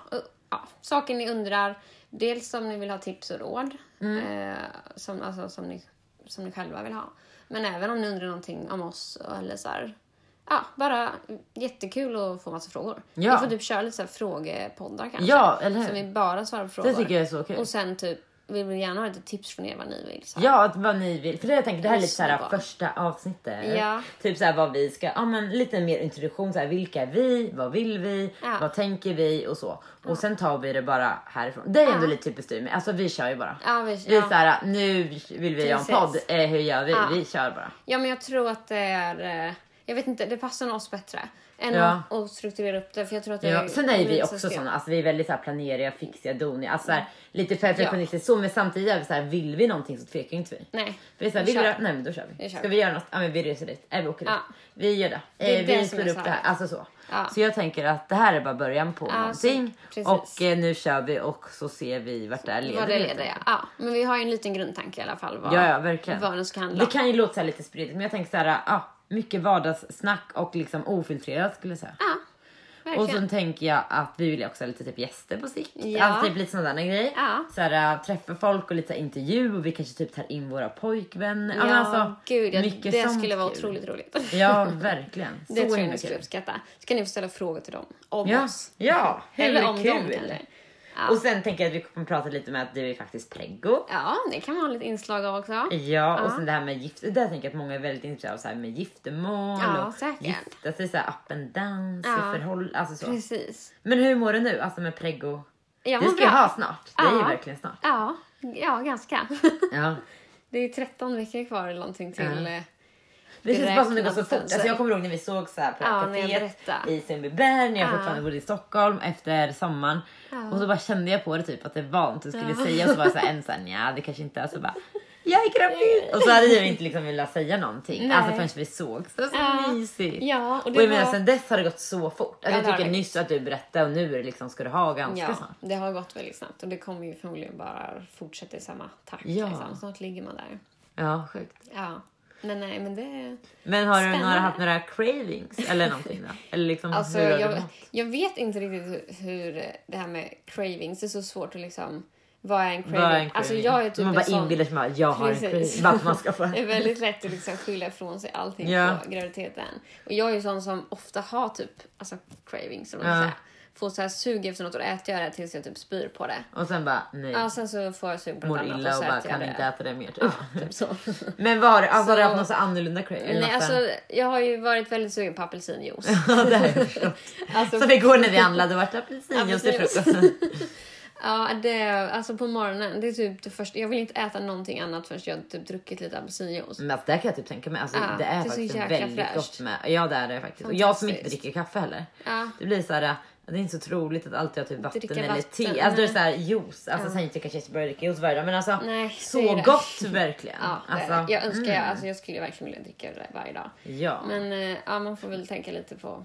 Speaker 1: ja, saker ni undrar. Dels om ni vill ha tips och råd.
Speaker 2: Mm.
Speaker 1: Eh, som, alltså, som, ni, som ni själva vill ha. Men även om ni undrar någonting om oss. Eller så här, ja, bara jättekul att få massa frågor.
Speaker 2: Ja.
Speaker 1: Vi får typ köra lite så här frågepoddar kanske.
Speaker 2: Ja, eller hur?
Speaker 1: Så vi bara svarar på frågor.
Speaker 2: Det tycker jag är så kul.
Speaker 1: Och sen typ, vi vill gärna ha lite tips från er vad ni vill. Så.
Speaker 2: Ja, att vad ni vill. För det jag tänker, det här är lite så här
Speaker 1: Lyssna på.
Speaker 2: första avsnittet.
Speaker 1: Ja.
Speaker 2: Typ så här vad vi ska, ja men lite mer introduktion så här, vilka är vi, vad vill vi,
Speaker 1: Ja.
Speaker 2: vad tänker vi och så. Och sen tar vi det bara härifrån. Det är ändå
Speaker 1: Ja.
Speaker 2: lite typiskt du med. Alltså vi kör ju bara.
Speaker 1: Ja, vi,
Speaker 2: Vi är
Speaker 1: ja.
Speaker 2: så här, nu vill vi göra en podd.
Speaker 1: Precis.
Speaker 2: Eh, hur gör vi?
Speaker 1: Ja.
Speaker 2: Vi kör bara.
Speaker 1: ja, men jag tror att det är... eh, Jag vet inte, det passar nog oss bättre. Än
Speaker 2: Ja.
Speaker 1: att, att strukturera upp det. För jag tror att det
Speaker 2: Ja. Sen är vi
Speaker 1: lite
Speaker 2: också
Speaker 1: så-
Speaker 2: såna, alltså vi är väldigt så här planeriga, fixiga, doniga. Alltså så här, lite perfektionistiska så, men samtidigt är vi så här, vill vi någonting så tvekar inte vi.
Speaker 1: Nej,
Speaker 2: Vi är så här,
Speaker 1: vi
Speaker 2: vill vi
Speaker 1: kör.
Speaker 2: det? Nej men då kör vi.
Speaker 1: Vi kör.
Speaker 2: Ska vi göra något? Ja men vi reser dit. Äh, vi åker dit.
Speaker 1: Ja.
Speaker 2: Vi gör det.
Speaker 1: Det är
Speaker 2: Eh,
Speaker 1: det
Speaker 2: vi
Speaker 1: som
Speaker 2: slår
Speaker 1: är
Speaker 2: upp
Speaker 1: så
Speaker 2: det här.
Speaker 1: här.
Speaker 2: Alltså så.
Speaker 1: Ja.
Speaker 2: Så jag tänker att det här är bara början på
Speaker 1: Ja,
Speaker 2: någonting.
Speaker 1: så- precis.
Speaker 2: Och eh, nu kör vi och så ser vi vart det här leder.
Speaker 1: Vad det
Speaker 2: lite.
Speaker 1: leder, ja. ja. Men vi har ju en liten grundtanke i alla fall. Vad,
Speaker 2: Ja, ja, verkligen.
Speaker 1: Vad den ska handla
Speaker 2: Det kan ju låta så här lite spridigt, men jag tänker så här, ja, mycket vardagssnack och liksom ofiltrerat skulle jag säga.
Speaker 1: Ja,
Speaker 2: Och
Speaker 1: verkligen.
Speaker 2: så tänker jag att vi vill också ha lite typ gäster på sikt.
Speaker 1: Ja.
Speaker 2: Alltså typ lite sådana grejer.
Speaker 1: Ja.
Speaker 2: Så här, äh, träffa folk och lite så här, intervju och vi kanske typ tar in våra pojkvänner. Ja,
Speaker 1: Ja,
Speaker 2: men alltså,
Speaker 1: gud, ja,
Speaker 2: mycket
Speaker 1: det
Speaker 2: sånt
Speaker 1: skulle vara
Speaker 2: kul.
Speaker 1: otroligt roligt.
Speaker 2: Ja, verkligen. Så
Speaker 1: Det tror jag
Speaker 2: himla
Speaker 1: ni skulle
Speaker 2: kul.
Speaker 1: uppskatta. Så kan ni få ställa frågor till dem. Om
Speaker 2: Ja,
Speaker 1: oss.
Speaker 2: ja, hur
Speaker 1: Eller om
Speaker 2: kul.
Speaker 1: dem kanske. Ja.
Speaker 2: Och sen tänker jag att vi kommer prata lite med att du är faktiskt preggo.
Speaker 1: ja, det kan man ha lite inslag av också.
Speaker 2: Ja, och
Speaker 1: Ja.
Speaker 2: sen det här med gift. Där tänker jag att många är väldigt intresserade av så här med giftermål
Speaker 1: Ja,
Speaker 2: och
Speaker 1: säkert.
Speaker 2: gifta sig så här up and downs
Speaker 1: Ja.
Speaker 2: och förhåll, alltså så.
Speaker 1: Precis.
Speaker 2: Men hur mår du nu? Alltså med preggo.
Speaker 1: Jag
Speaker 2: Det
Speaker 1: mår
Speaker 2: ska jag
Speaker 1: bra.
Speaker 2: ha snart. Det är ju
Speaker 1: Ja.
Speaker 2: verkligen snart.
Speaker 1: Ja, ja, ganska.
Speaker 2: Ja.
Speaker 1: Det är tretton veckor kvar eller någonting till...
Speaker 2: Ja.
Speaker 1: eh,
Speaker 2: Det känns bara som det går så
Speaker 1: räknas
Speaker 2: fort.
Speaker 1: den
Speaker 2: Alltså
Speaker 1: sig.
Speaker 2: jag kommer ihåg när vi såg så här på
Speaker 1: Ja, när jag
Speaker 2: kaféet
Speaker 1: berättade.
Speaker 2: i Sundbyberg när jag
Speaker 1: Ja.
Speaker 2: fortfarande bodde i Stockholm efter sommaren.
Speaker 1: Ja.
Speaker 2: Och så bara kände jag på det typ att det var något du skulle
Speaker 1: Ja.
Speaker 2: säga och så var jag så här, en sån ja det kanske inte är så bara jag är gravid. Och så hade jag inte liksom velat säga någonting.
Speaker 1: Nej.
Speaker 2: Alltså förrän vi såg. Så det var så
Speaker 1: Ja.
Speaker 2: mysigt.
Speaker 1: Ja, och
Speaker 2: Och,
Speaker 1: det
Speaker 2: jag menar
Speaker 1: var...
Speaker 2: sen dess har det gått så fort. Alltså,
Speaker 1: Ja,
Speaker 2: jag
Speaker 1: det har
Speaker 2: tycker
Speaker 1: det
Speaker 2: nyss att du berättade och nu är det liksom ska du ha ganska
Speaker 1: Ja,
Speaker 2: snart.
Speaker 1: det har gått väldigt snabbt och det kommer ju förmodligen bara fortsätta i samma takt.
Speaker 2: Ja.
Speaker 1: Liksom. Snart ligger man där.
Speaker 2: Ja, sjukt.
Speaker 1: Ja, men nej, men det...
Speaker 2: Men har du några,
Speaker 1: Spännande.
Speaker 2: haft några cravings eller någonting då? Eller liksom
Speaker 1: Alltså,
Speaker 2: hur har du
Speaker 1: jag,
Speaker 2: mått?
Speaker 1: jag vet inte riktigt hur, hur det här med cravings, det är så svårt att liksom... Vad är en craving?
Speaker 2: Vad är en craving?
Speaker 1: Alltså jag är typ
Speaker 2: man bara
Speaker 1: en sån...
Speaker 2: inbillar sig att jag har en
Speaker 1: Precis.
Speaker 2: craving. Bara för man ska få.
Speaker 1: Det är väldigt lätt att liksom skylla ifrån sig allting
Speaker 2: Ja.
Speaker 1: på graviditeten. Och jag är ju sån som ofta har typ alltså cravings, eller vad
Speaker 2: Ja.
Speaker 1: man säger. Får så här sug efter något och då äter jag det tills jag typ spyr på det.
Speaker 2: Och sen bara nej.
Speaker 1: Ja, sen så får jag sug på
Speaker 2: Mår
Speaker 1: något annat
Speaker 2: illa
Speaker 1: och
Speaker 2: och
Speaker 1: så
Speaker 2: bara
Speaker 1: äter jag
Speaker 2: kan
Speaker 1: det.
Speaker 2: inte äta det mer typ.
Speaker 1: Ja, typ så.
Speaker 2: Men vad har du, alltså, har du
Speaker 1: Så-
Speaker 2: haft något så annorlunda craving? Eller
Speaker 1: Nej,
Speaker 2: något så
Speaker 1: alltså
Speaker 2: här-
Speaker 1: jag har ju varit väldigt sugen på apelsinjuice.
Speaker 2: Ja, det har jag förstått.
Speaker 1: Alltså,
Speaker 2: Som igår när vi handlade och vart apelsinjuice till
Speaker 1: Apelsinjuice.
Speaker 2: frukost.
Speaker 1: ja, det, alltså på morgonen, det är typ det första. Jag vill inte äta någonting annat förrän jag typ druckit lite apelsinjuice.
Speaker 2: Men alltså, det kan jag typ tänka mig. Alltså,
Speaker 1: Ja,
Speaker 2: det är,
Speaker 1: det är så
Speaker 2: faktiskt
Speaker 1: jäkla
Speaker 2: väldigt
Speaker 1: fräscht.
Speaker 2: gott med. Ja det är det faktiskt. Och jag som inte
Speaker 1: Fantastiskt.
Speaker 2: dricker kaffe heller.
Speaker 1: Ja,
Speaker 2: Det blir så här. Det är inte så troligt att alltid ha typ vatten
Speaker 1: Dricka
Speaker 2: eller
Speaker 1: vatten,
Speaker 2: te. Alltså det är
Speaker 1: nej.
Speaker 2: så här juice. Alltså
Speaker 1: Ja.
Speaker 2: sen inte kanske jag ska börja dricka juice varje dag. Men alltså
Speaker 1: nej, det är
Speaker 2: så
Speaker 1: det.
Speaker 2: gott verkligen.
Speaker 1: Ja, det är
Speaker 2: alltså,
Speaker 1: det. Jag önskar,
Speaker 2: mm.
Speaker 1: alltså jag skulle verkligen vilja dricka det varje dag.
Speaker 2: Ja.
Speaker 1: Men eh, ja, man får väl tänka lite på...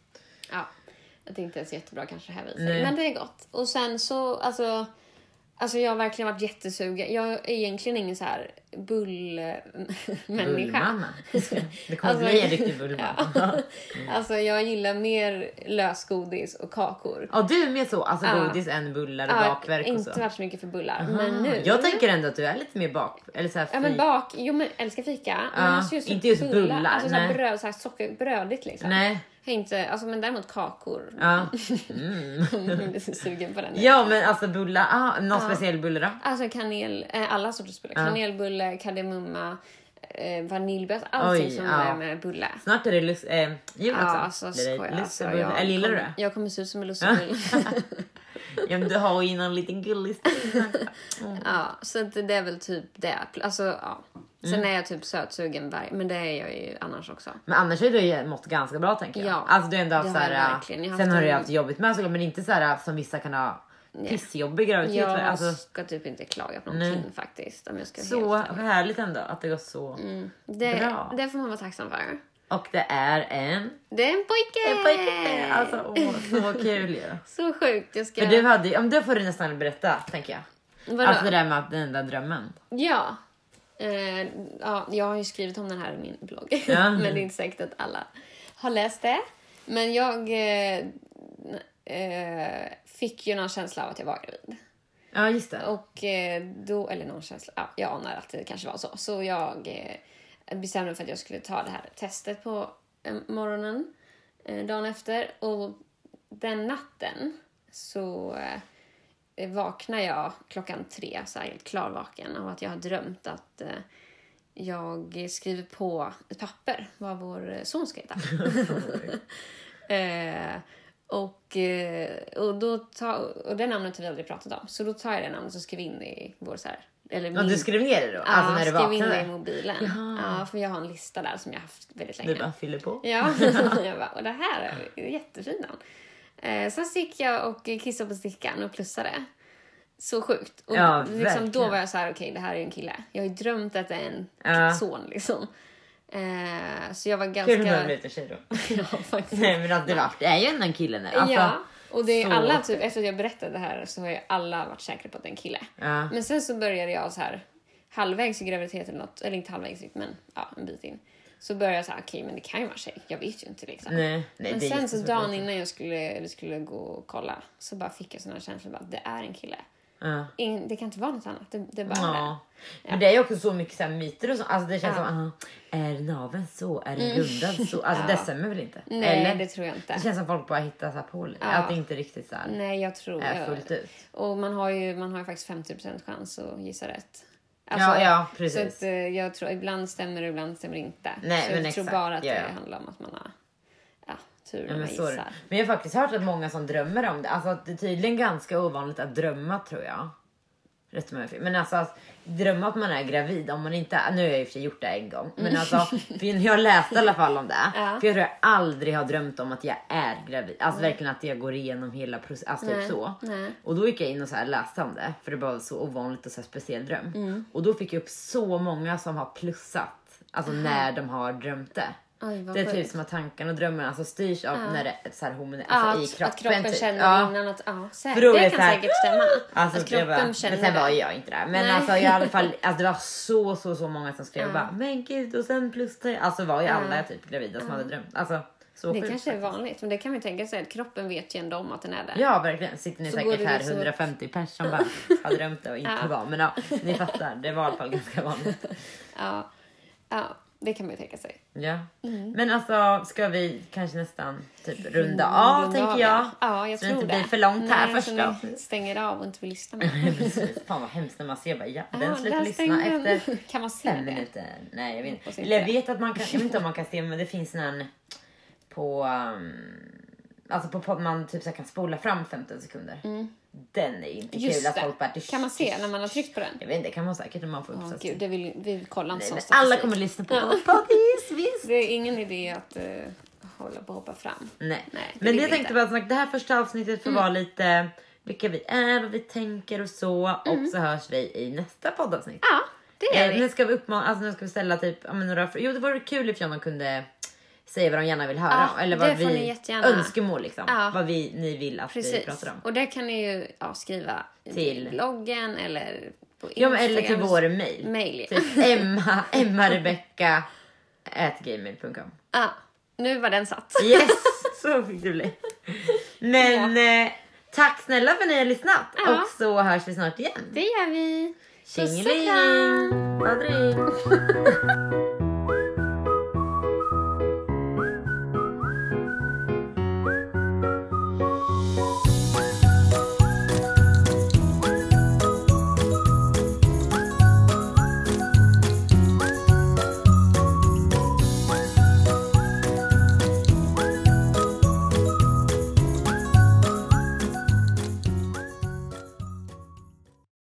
Speaker 1: Ja, att det inte är så jättebra kanske det här visar.
Speaker 2: Nej.
Speaker 1: Men det är gott. Och sen så, alltså... Alltså jag har verkligen varit jättesugen. Jag är egentligen ingen så här bullmänniska.
Speaker 2: Bullmamma. Det kommer
Speaker 1: Alltså-
Speaker 2: bli en riktig bullmamma. Ja.
Speaker 1: Alltså jag gillar mer lösgodis och kakor.
Speaker 2: Ja, du är mer så. Alltså
Speaker 1: Ja.
Speaker 2: godis än bullar och
Speaker 1: Ja,
Speaker 2: bakverk och
Speaker 1: inte
Speaker 2: så.
Speaker 1: varit så mycket för bullar.
Speaker 2: Aha.
Speaker 1: Men nu...
Speaker 2: Jag tänker ändå att du är lite mer bak. Eller så här
Speaker 1: Ja men
Speaker 2: fri-
Speaker 1: bak, jo men älskar fika. Men
Speaker 2: Ja,
Speaker 1: alltså just
Speaker 2: inte just bullar,
Speaker 1: Alltså så här
Speaker 2: nej.
Speaker 1: bröd, så här sockerbrödigt liksom.
Speaker 2: Nej.
Speaker 1: Jag är inte, alltså men däremot kakor.
Speaker 2: Ja. Mm.
Speaker 1: Jag är så sugen på den.
Speaker 2: Ja men alltså bullar. Ah, någon
Speaker 1: Ja.
Speaker 2: speciell bulle då?
Speaker 1: Alltså kanel, eh, alla sorters bullar.
Speaker 2: Ja.
Speaker 1: Kanelbulle, kardemumma, eh, vaniljbös, allting
Speaker 2: Oj,
Speaker 1: som
Speaker 2: ja.
Speaker 1: är med bulle.
Speaker 2: Snart är det lus- eh, jul också.
Speaker 1: Ja, alltså
Speaker 2: Blir det
Speaker 1: skojar. Alltså,
Speaker 2: lussebulle?
Speaker 1: jag,
Speaker 2: Eller gillar du
Speaker 1: kommer,
Speaker 2: det?
Speaker 1: jag kommer se ut som en lussebulle.
Speaker 2: Ja men du har ju någon liten gullig
Speaker 1: Ja, så att det är väl typ det. Alltså, ja. Sen
Speaker 2: Mm.
Speaker 1: är jag typ sötsugen berg, men det är jag ju annars också.
Speaker 2: Men annars har du ju mått ganska bra tänker jag.
Speaker 1: Ja,
Speaker 2: Alltså du har ändå haft
Speaker 1: det
Speaker 2: så
Speaker 1: har jag
Speaker 2: här,
Speaker 1: verkligen. Jag har
Speaker 2: sen
Speaker 1: haft
Speaker 2: har du ju
Speaker 1: en-
Speaker 2: haft jobbigt med såklart, men inte så här som vissa kan ha
Speaker 1: Nej.
Speaker 2: pissjobbig graviditet.
Speaker 1: Jag
Speaker 2: Alltså,
Speaker 1: ska typ inte klaga på
Speaker 2: Nej.
Speaker 1: någonting faktiskt. Om jag ska
Speaker 2: så
Speaker 1: helt ärlig.
Speaker 2: härligt ändå att det går så.
Speaker 1: Mm. Det,
Speaker 2: Bra.
Speaker 1: det får man vara tacksam för.
Speaker 2: Och det är en...
Speaker 1: Det är en pojke!
Speaker 2: En pojke! Alltså åh, så kul ju.
Speaker 1: Så sjukt. Jag ska...
Speaker 2: För du hade ju, om det får du nästan berätta tänker jag.
Speaker 1: Vadå?
Speaker 2: Alltså det där med att den där drömmen.
Speaker 1: Ja. Eh, ja. Jag har ju skrivit om den här i min blogg.
Speaker 2: Ja.
Speaker 1: Men det är inte säkert att alla har läst det. Men jag... Eh, eh, fick ju någon känsla av att jag var gravid.
Speaker 2: Ja, just det.
Speaker 1: Och eh, då, eller någon känsla, ja, jag anar att det kanske var så. Så jag eh, bestämde mig för att jag skulle ta det här testet på eh, morgonen eh, dagen efter. Och den natten så eh, vaknade jag klockan tre, så här helt klarvaken av att jag har drömt att eh, jag skriver på ett papper vad vår son ska heta. eh, och, och, då ta, och det namnet har vi aldrig pratat om. Så då tar jag det namnet och skriver in i vår så här, eller min,
Speaker 2: ja, du skrev ner det då?
Speaker 1: Ja,
Speaker 2: alltså när du
Speaker 1: skrev in
Speaker 2: vaknade?
Speaker 1: det i mobilen.
Speaker 2: Jaha.
Speaker 1: Ja, för jag har en lista där som jag har haft väldigt länge.
Speaker 2: Du bara fyller på?
Speaker 1: Ja, jag bara, och det här är jättefint namn. Eh, sen gick jag och kissade på stickan och plussade. Så sjukt. Och
Speaker 2: ja,
Speaker 1: liksom, då var jag så här, okej, okay, det här är en kille. Jag har ju drömt att det är en
Speaker 2: ja.
Speaker 1: son liksom. Eh, så jag var ganska...
Speaker 2: Kul med lite tjej då.
Speaker 1: Ja, faktiskt.
Speaker 2: Nej, men att det, var, det är ju ändå en kille nu. Alltså,
Speaker 1: ja, och det är
Speaker 2: så...
Speaker 1: alla, typ, efter att jag berättade det här så har ju alla varit säkra på att det är en kille.
Speaker 2: Ja.
Speaker 1: Men sen så började jag så här, halvvägs i graviditeten, något, eller inte halvvägs, men ja, en bit in. Så började jag så här, okej, okay, men det kan ju vara tjej. Jag vet ju inte liksom.
Speaker 2: Nej, nej,
Speaker 1: men
Speaker 2: det
Speaker 1: sen så dagen
Speaker 2: lite.
Speaker 1: innan jag skulle, vi skulle gå och kolla så bara fick jag såna här känslor att det är en kille.
Speaker 2: Ja.
Speaker 1: In, det kan inte vara något annat. Det, det bara
Speaker 2: ja.
Speaker 1: är det.
Speaker 2: Ja. Men det är ju också så mycket så här myter och så. Alltså det känns
Speaker 1: ja.
Speaker 2: som, aha, är naveln så? Är den rundad så? Alltså
Speaker 1: ja.
Speaker 2: det stämmer väl inte?
Speaker 1: Nej,
Speaker 2: eller?
Speaker 1: det tror jag inte.
Speaker 2: Det känns som folk bara hittar så här på lite.
Speaker 1: Ja.
Speaker 2: Att det inte riktigt så här
Speaker 1: Nej, jag tror
Speaker 2: är
Speaker 1: jag,
Speaker 2: fullt ut.
Speaker 1: Och man har ju, man har ju faktiskt femtio procent chans att gissa rätt. Alltså,
Speaker 2: ja, ja, precis.
Speaker 1: Så att, eh, jag tror ibland stämmer det, ibland stämmer det inte.
Speaker 2: Nej,
Speaker 1: så
Speaker 2: men
Speaker 1: jag
Speaker 2: exakt.
Speaker 1: tror bara att
Speaker 2: ja,
Speaker 1: det
Speaker 2: ja.
Speaker 1: handlar om att man har ja, tur
Speaker 2: Ja,
Speaker 1: när
Speaker 2: men,
Speaker 1: man
Speaker 2: så är det.
Speaker 1: gissar.
Speaker 2: Men jag har faktiskt hört att många som drömmer om det. Alltså att det är tydligen ganska ovanligt att drömma, tror jag. Rätt som jag fel. Men alltså att drömma att man är gravid om man inte är, nu har jag i och för sig gjort det en gång. Men alltså, för jag läste i alla fall om det.
Speaker 1: Ja.
Speaker 2: För jag tror jag aldrig har drömt om att jag är gravid. Alltså mm. verkligen att jag går igenom hela processen. Alltså typ så.
Speaker 1: Nej.
Speaker 2: Och då gick jag in och så här läste om det. För det var så ovanligt och så här speciell dröm.
Speaker 1: Mm.
Speaker 2: Och då fick jag upp så många som har plussat. Alltså
Speaker 1: Aha.
Speaker 2: när de har drömt det.
Speaker 1: Oj, vad
Speaker 2: det är
Speaker 1: sjukt.
Speaker 2: typ som att tankarna och drömmen alltså styrs av
Speaker 1: Ja.
Speaker 2: när det är så här hormoner,
Speaker 1: Ja,
Speaker 2: alltså
Speaker 1: att,
Speaker 2: i kroppen.
Speaker 1: att kroppen
Speaker 2: typ.
Speaker 1: känner
Speaker 2: Ja.
Speaker 1: innan att ja, säkert,
Speaker 2: För då är
Speaker 1: det
Speaker 2: det
Speaker 1: kan
Speaker 2: så här-
Speaker 1: säkert stämma.
Speaker 2: Alltså,
Speaker 1: att
Speaker 2: det var,
Speaker 1: kroppen
Speaker 2: men
Speaker 1: känner
Speaker 2: sen var
Speaker 1: det.
Speaker 2: jag inte där. Men
Speaker 1: Nej.
Speaker 2: alltså i alla fall, alltså, det var så så så många som skrev
Speaker 1: Ja.
Speaker 2: bara, men gud, och sen plus tre. Alltså var ju
Speaker 1: Ja.
Speaker 2: alla typ gravida som
Speaker 1: Ja.
Speaker 2: hade drömt. Alltså så
Speaker 1: Det
Speaker 2: sjukt
Speaker 1: kanske är
Speaker 2: faktiskt.
Speaker 1: vanligt, men det kan vi tänka sig att kroppen vet ju ändå om att den är där.
Speaker 2: Ja, verkligen. Sitter ni
Speaker 1: Så går
Speaker 2: säkert
Speaker 1: det
Speaker 2: här
Speaker 1: liksom-
Speaker 2: hundrafemtio pers som bara har drömt det och inte
Speaker 1: Ja.
Speaker 2: var. Men ja, ni fattar. Det var i alla fall ganska vanligt.
Speaker 1: Ja. Ja, det kan man ju tänka sig.
Speaker 2: Ja.
Speaker 1: Mm.
Speaker 2: Men alltså, ska vi kanske nästan typ runda
Speaker 1: Runda
Speaker 2: av,
Speaker 1: av,
Speaker 2: tänker
Speaker 1: ja.
Speaker 2: jag.
Speaker 1: Ja, jag
Speaker 2: så
Speaker 1: tror
Speaker 2: det inte
Speaker 1: det.
Speaker 2: blir för långt här
Speaker 1: Nej,
Speaker 2: första
Speaker 1: så
Speaker 2: avsnittet.
Speaker 1: ni stänger av och inte vill lyssna mer.
Speaker 2: Precis. Fan vad hemskt när man ser bara, ja, den
Speaker 1: Ja,
Speaker 2: slutar
Speaker 1: där
Speaker 2: lyssna
Speaker 1: stängde den.
Speaker 2: efter
Speaker 1: Kan man se
Speaker 2: fem
Speaker 1: det?
Speaker 2: minuter. Nej, jag vet
Speaker 1: Hoppas
Speaker 2: inte.
Speaker 1: inte
Speaker 2: Eller jag
Speaker 1: det.
Speaker 2: vet att man kan, jag vet inte om man kan se, men det finns en på, um, alltså på podd man typ så här kan spola fram femton sekunder.
Speaker 1: Mm.
Speaker 2: Den är inte
Speaker 1: Just
Speaker 2: kul att
Speaker 1: det.
Speaker 2: folk bara...
Speaker 1: Kan man se när man har tryckt på den?
Speaker 2: Jag vet inte, det kan man säkert när man får
Speaker 1: Åh
Speaker 2: upp
Speaker 1: gud, det vill, vi vill kolla inte
Speaker 2: Nej,
Speaker 1: sån
Speaker 2: men
Speaker 1: statistik.
Speaker 2: alla kommer lyssna på
Speaker 1: Ja.
Speaker 2: vår poddis, visst.
Speaker 1: Det är ingen idé att uh, hålla på och hoppa fram.
Speaker 2: Nej,
Speaker 1: Nej, det
Speaker 2: men
Speaker 1: vill
Speaker 2: det jag
Speaker 1: vi
Speaker 2: tänkte
Speaker 1: inte.
Speaker 2: bara snacka, det här första avsnittet får vara lite vilka vi är, vad vi tänker och så. Och så hörs vi i nästa poddavsnitt.
Speaker 1: Ja, det gör
Speaker 2: Eh,
Speaker 1: vi.
Speaker 2: nu ska vi uppmana, alltså nu ska vi ställa typ, ja, men några, jo det vore kul ifall man kunde säga vad de gärna vill höra.
Speaker 1: Ja,
Speaker 2: eller
Speaker 1: det
Speaker 2: vad
Speaker 1: får
Speaker 2: vi,
Speaker 1: ni jättegärna.
Speaker 2: önskemål liksom.
Speaker 1: Ja.
Speaker 2: Vad vi, ni vill att vi
Speaker 1: Precis.
Speaker 2: pratar om.
Speaker 1: Och där kan ni ju ja, skriva
Speaker 2: Till-
Speaker 1: till bloggen eller på
Speaker 2: Ja, men,
Speaker 1: Instagram.
Speaker 2: eller till vår mail.
Speaker 1: Mail, ja.
Speaker 2: Typ emma, emmarebecka at gmail punkt com.
Speaker 1: Ja, nu var den satt.
Speaker 2: Yes, så fick det bli. Men eh, tack snälla för att ni har lyssnat.
Speaker 1: Ja.
Speaker 2: Och så hörs vi snart igen.
Speaker 1: Det gör vi. Puss och
Speaker 2: Tjingeling!
Speaker 1: kram.
Speaker 2: Adri!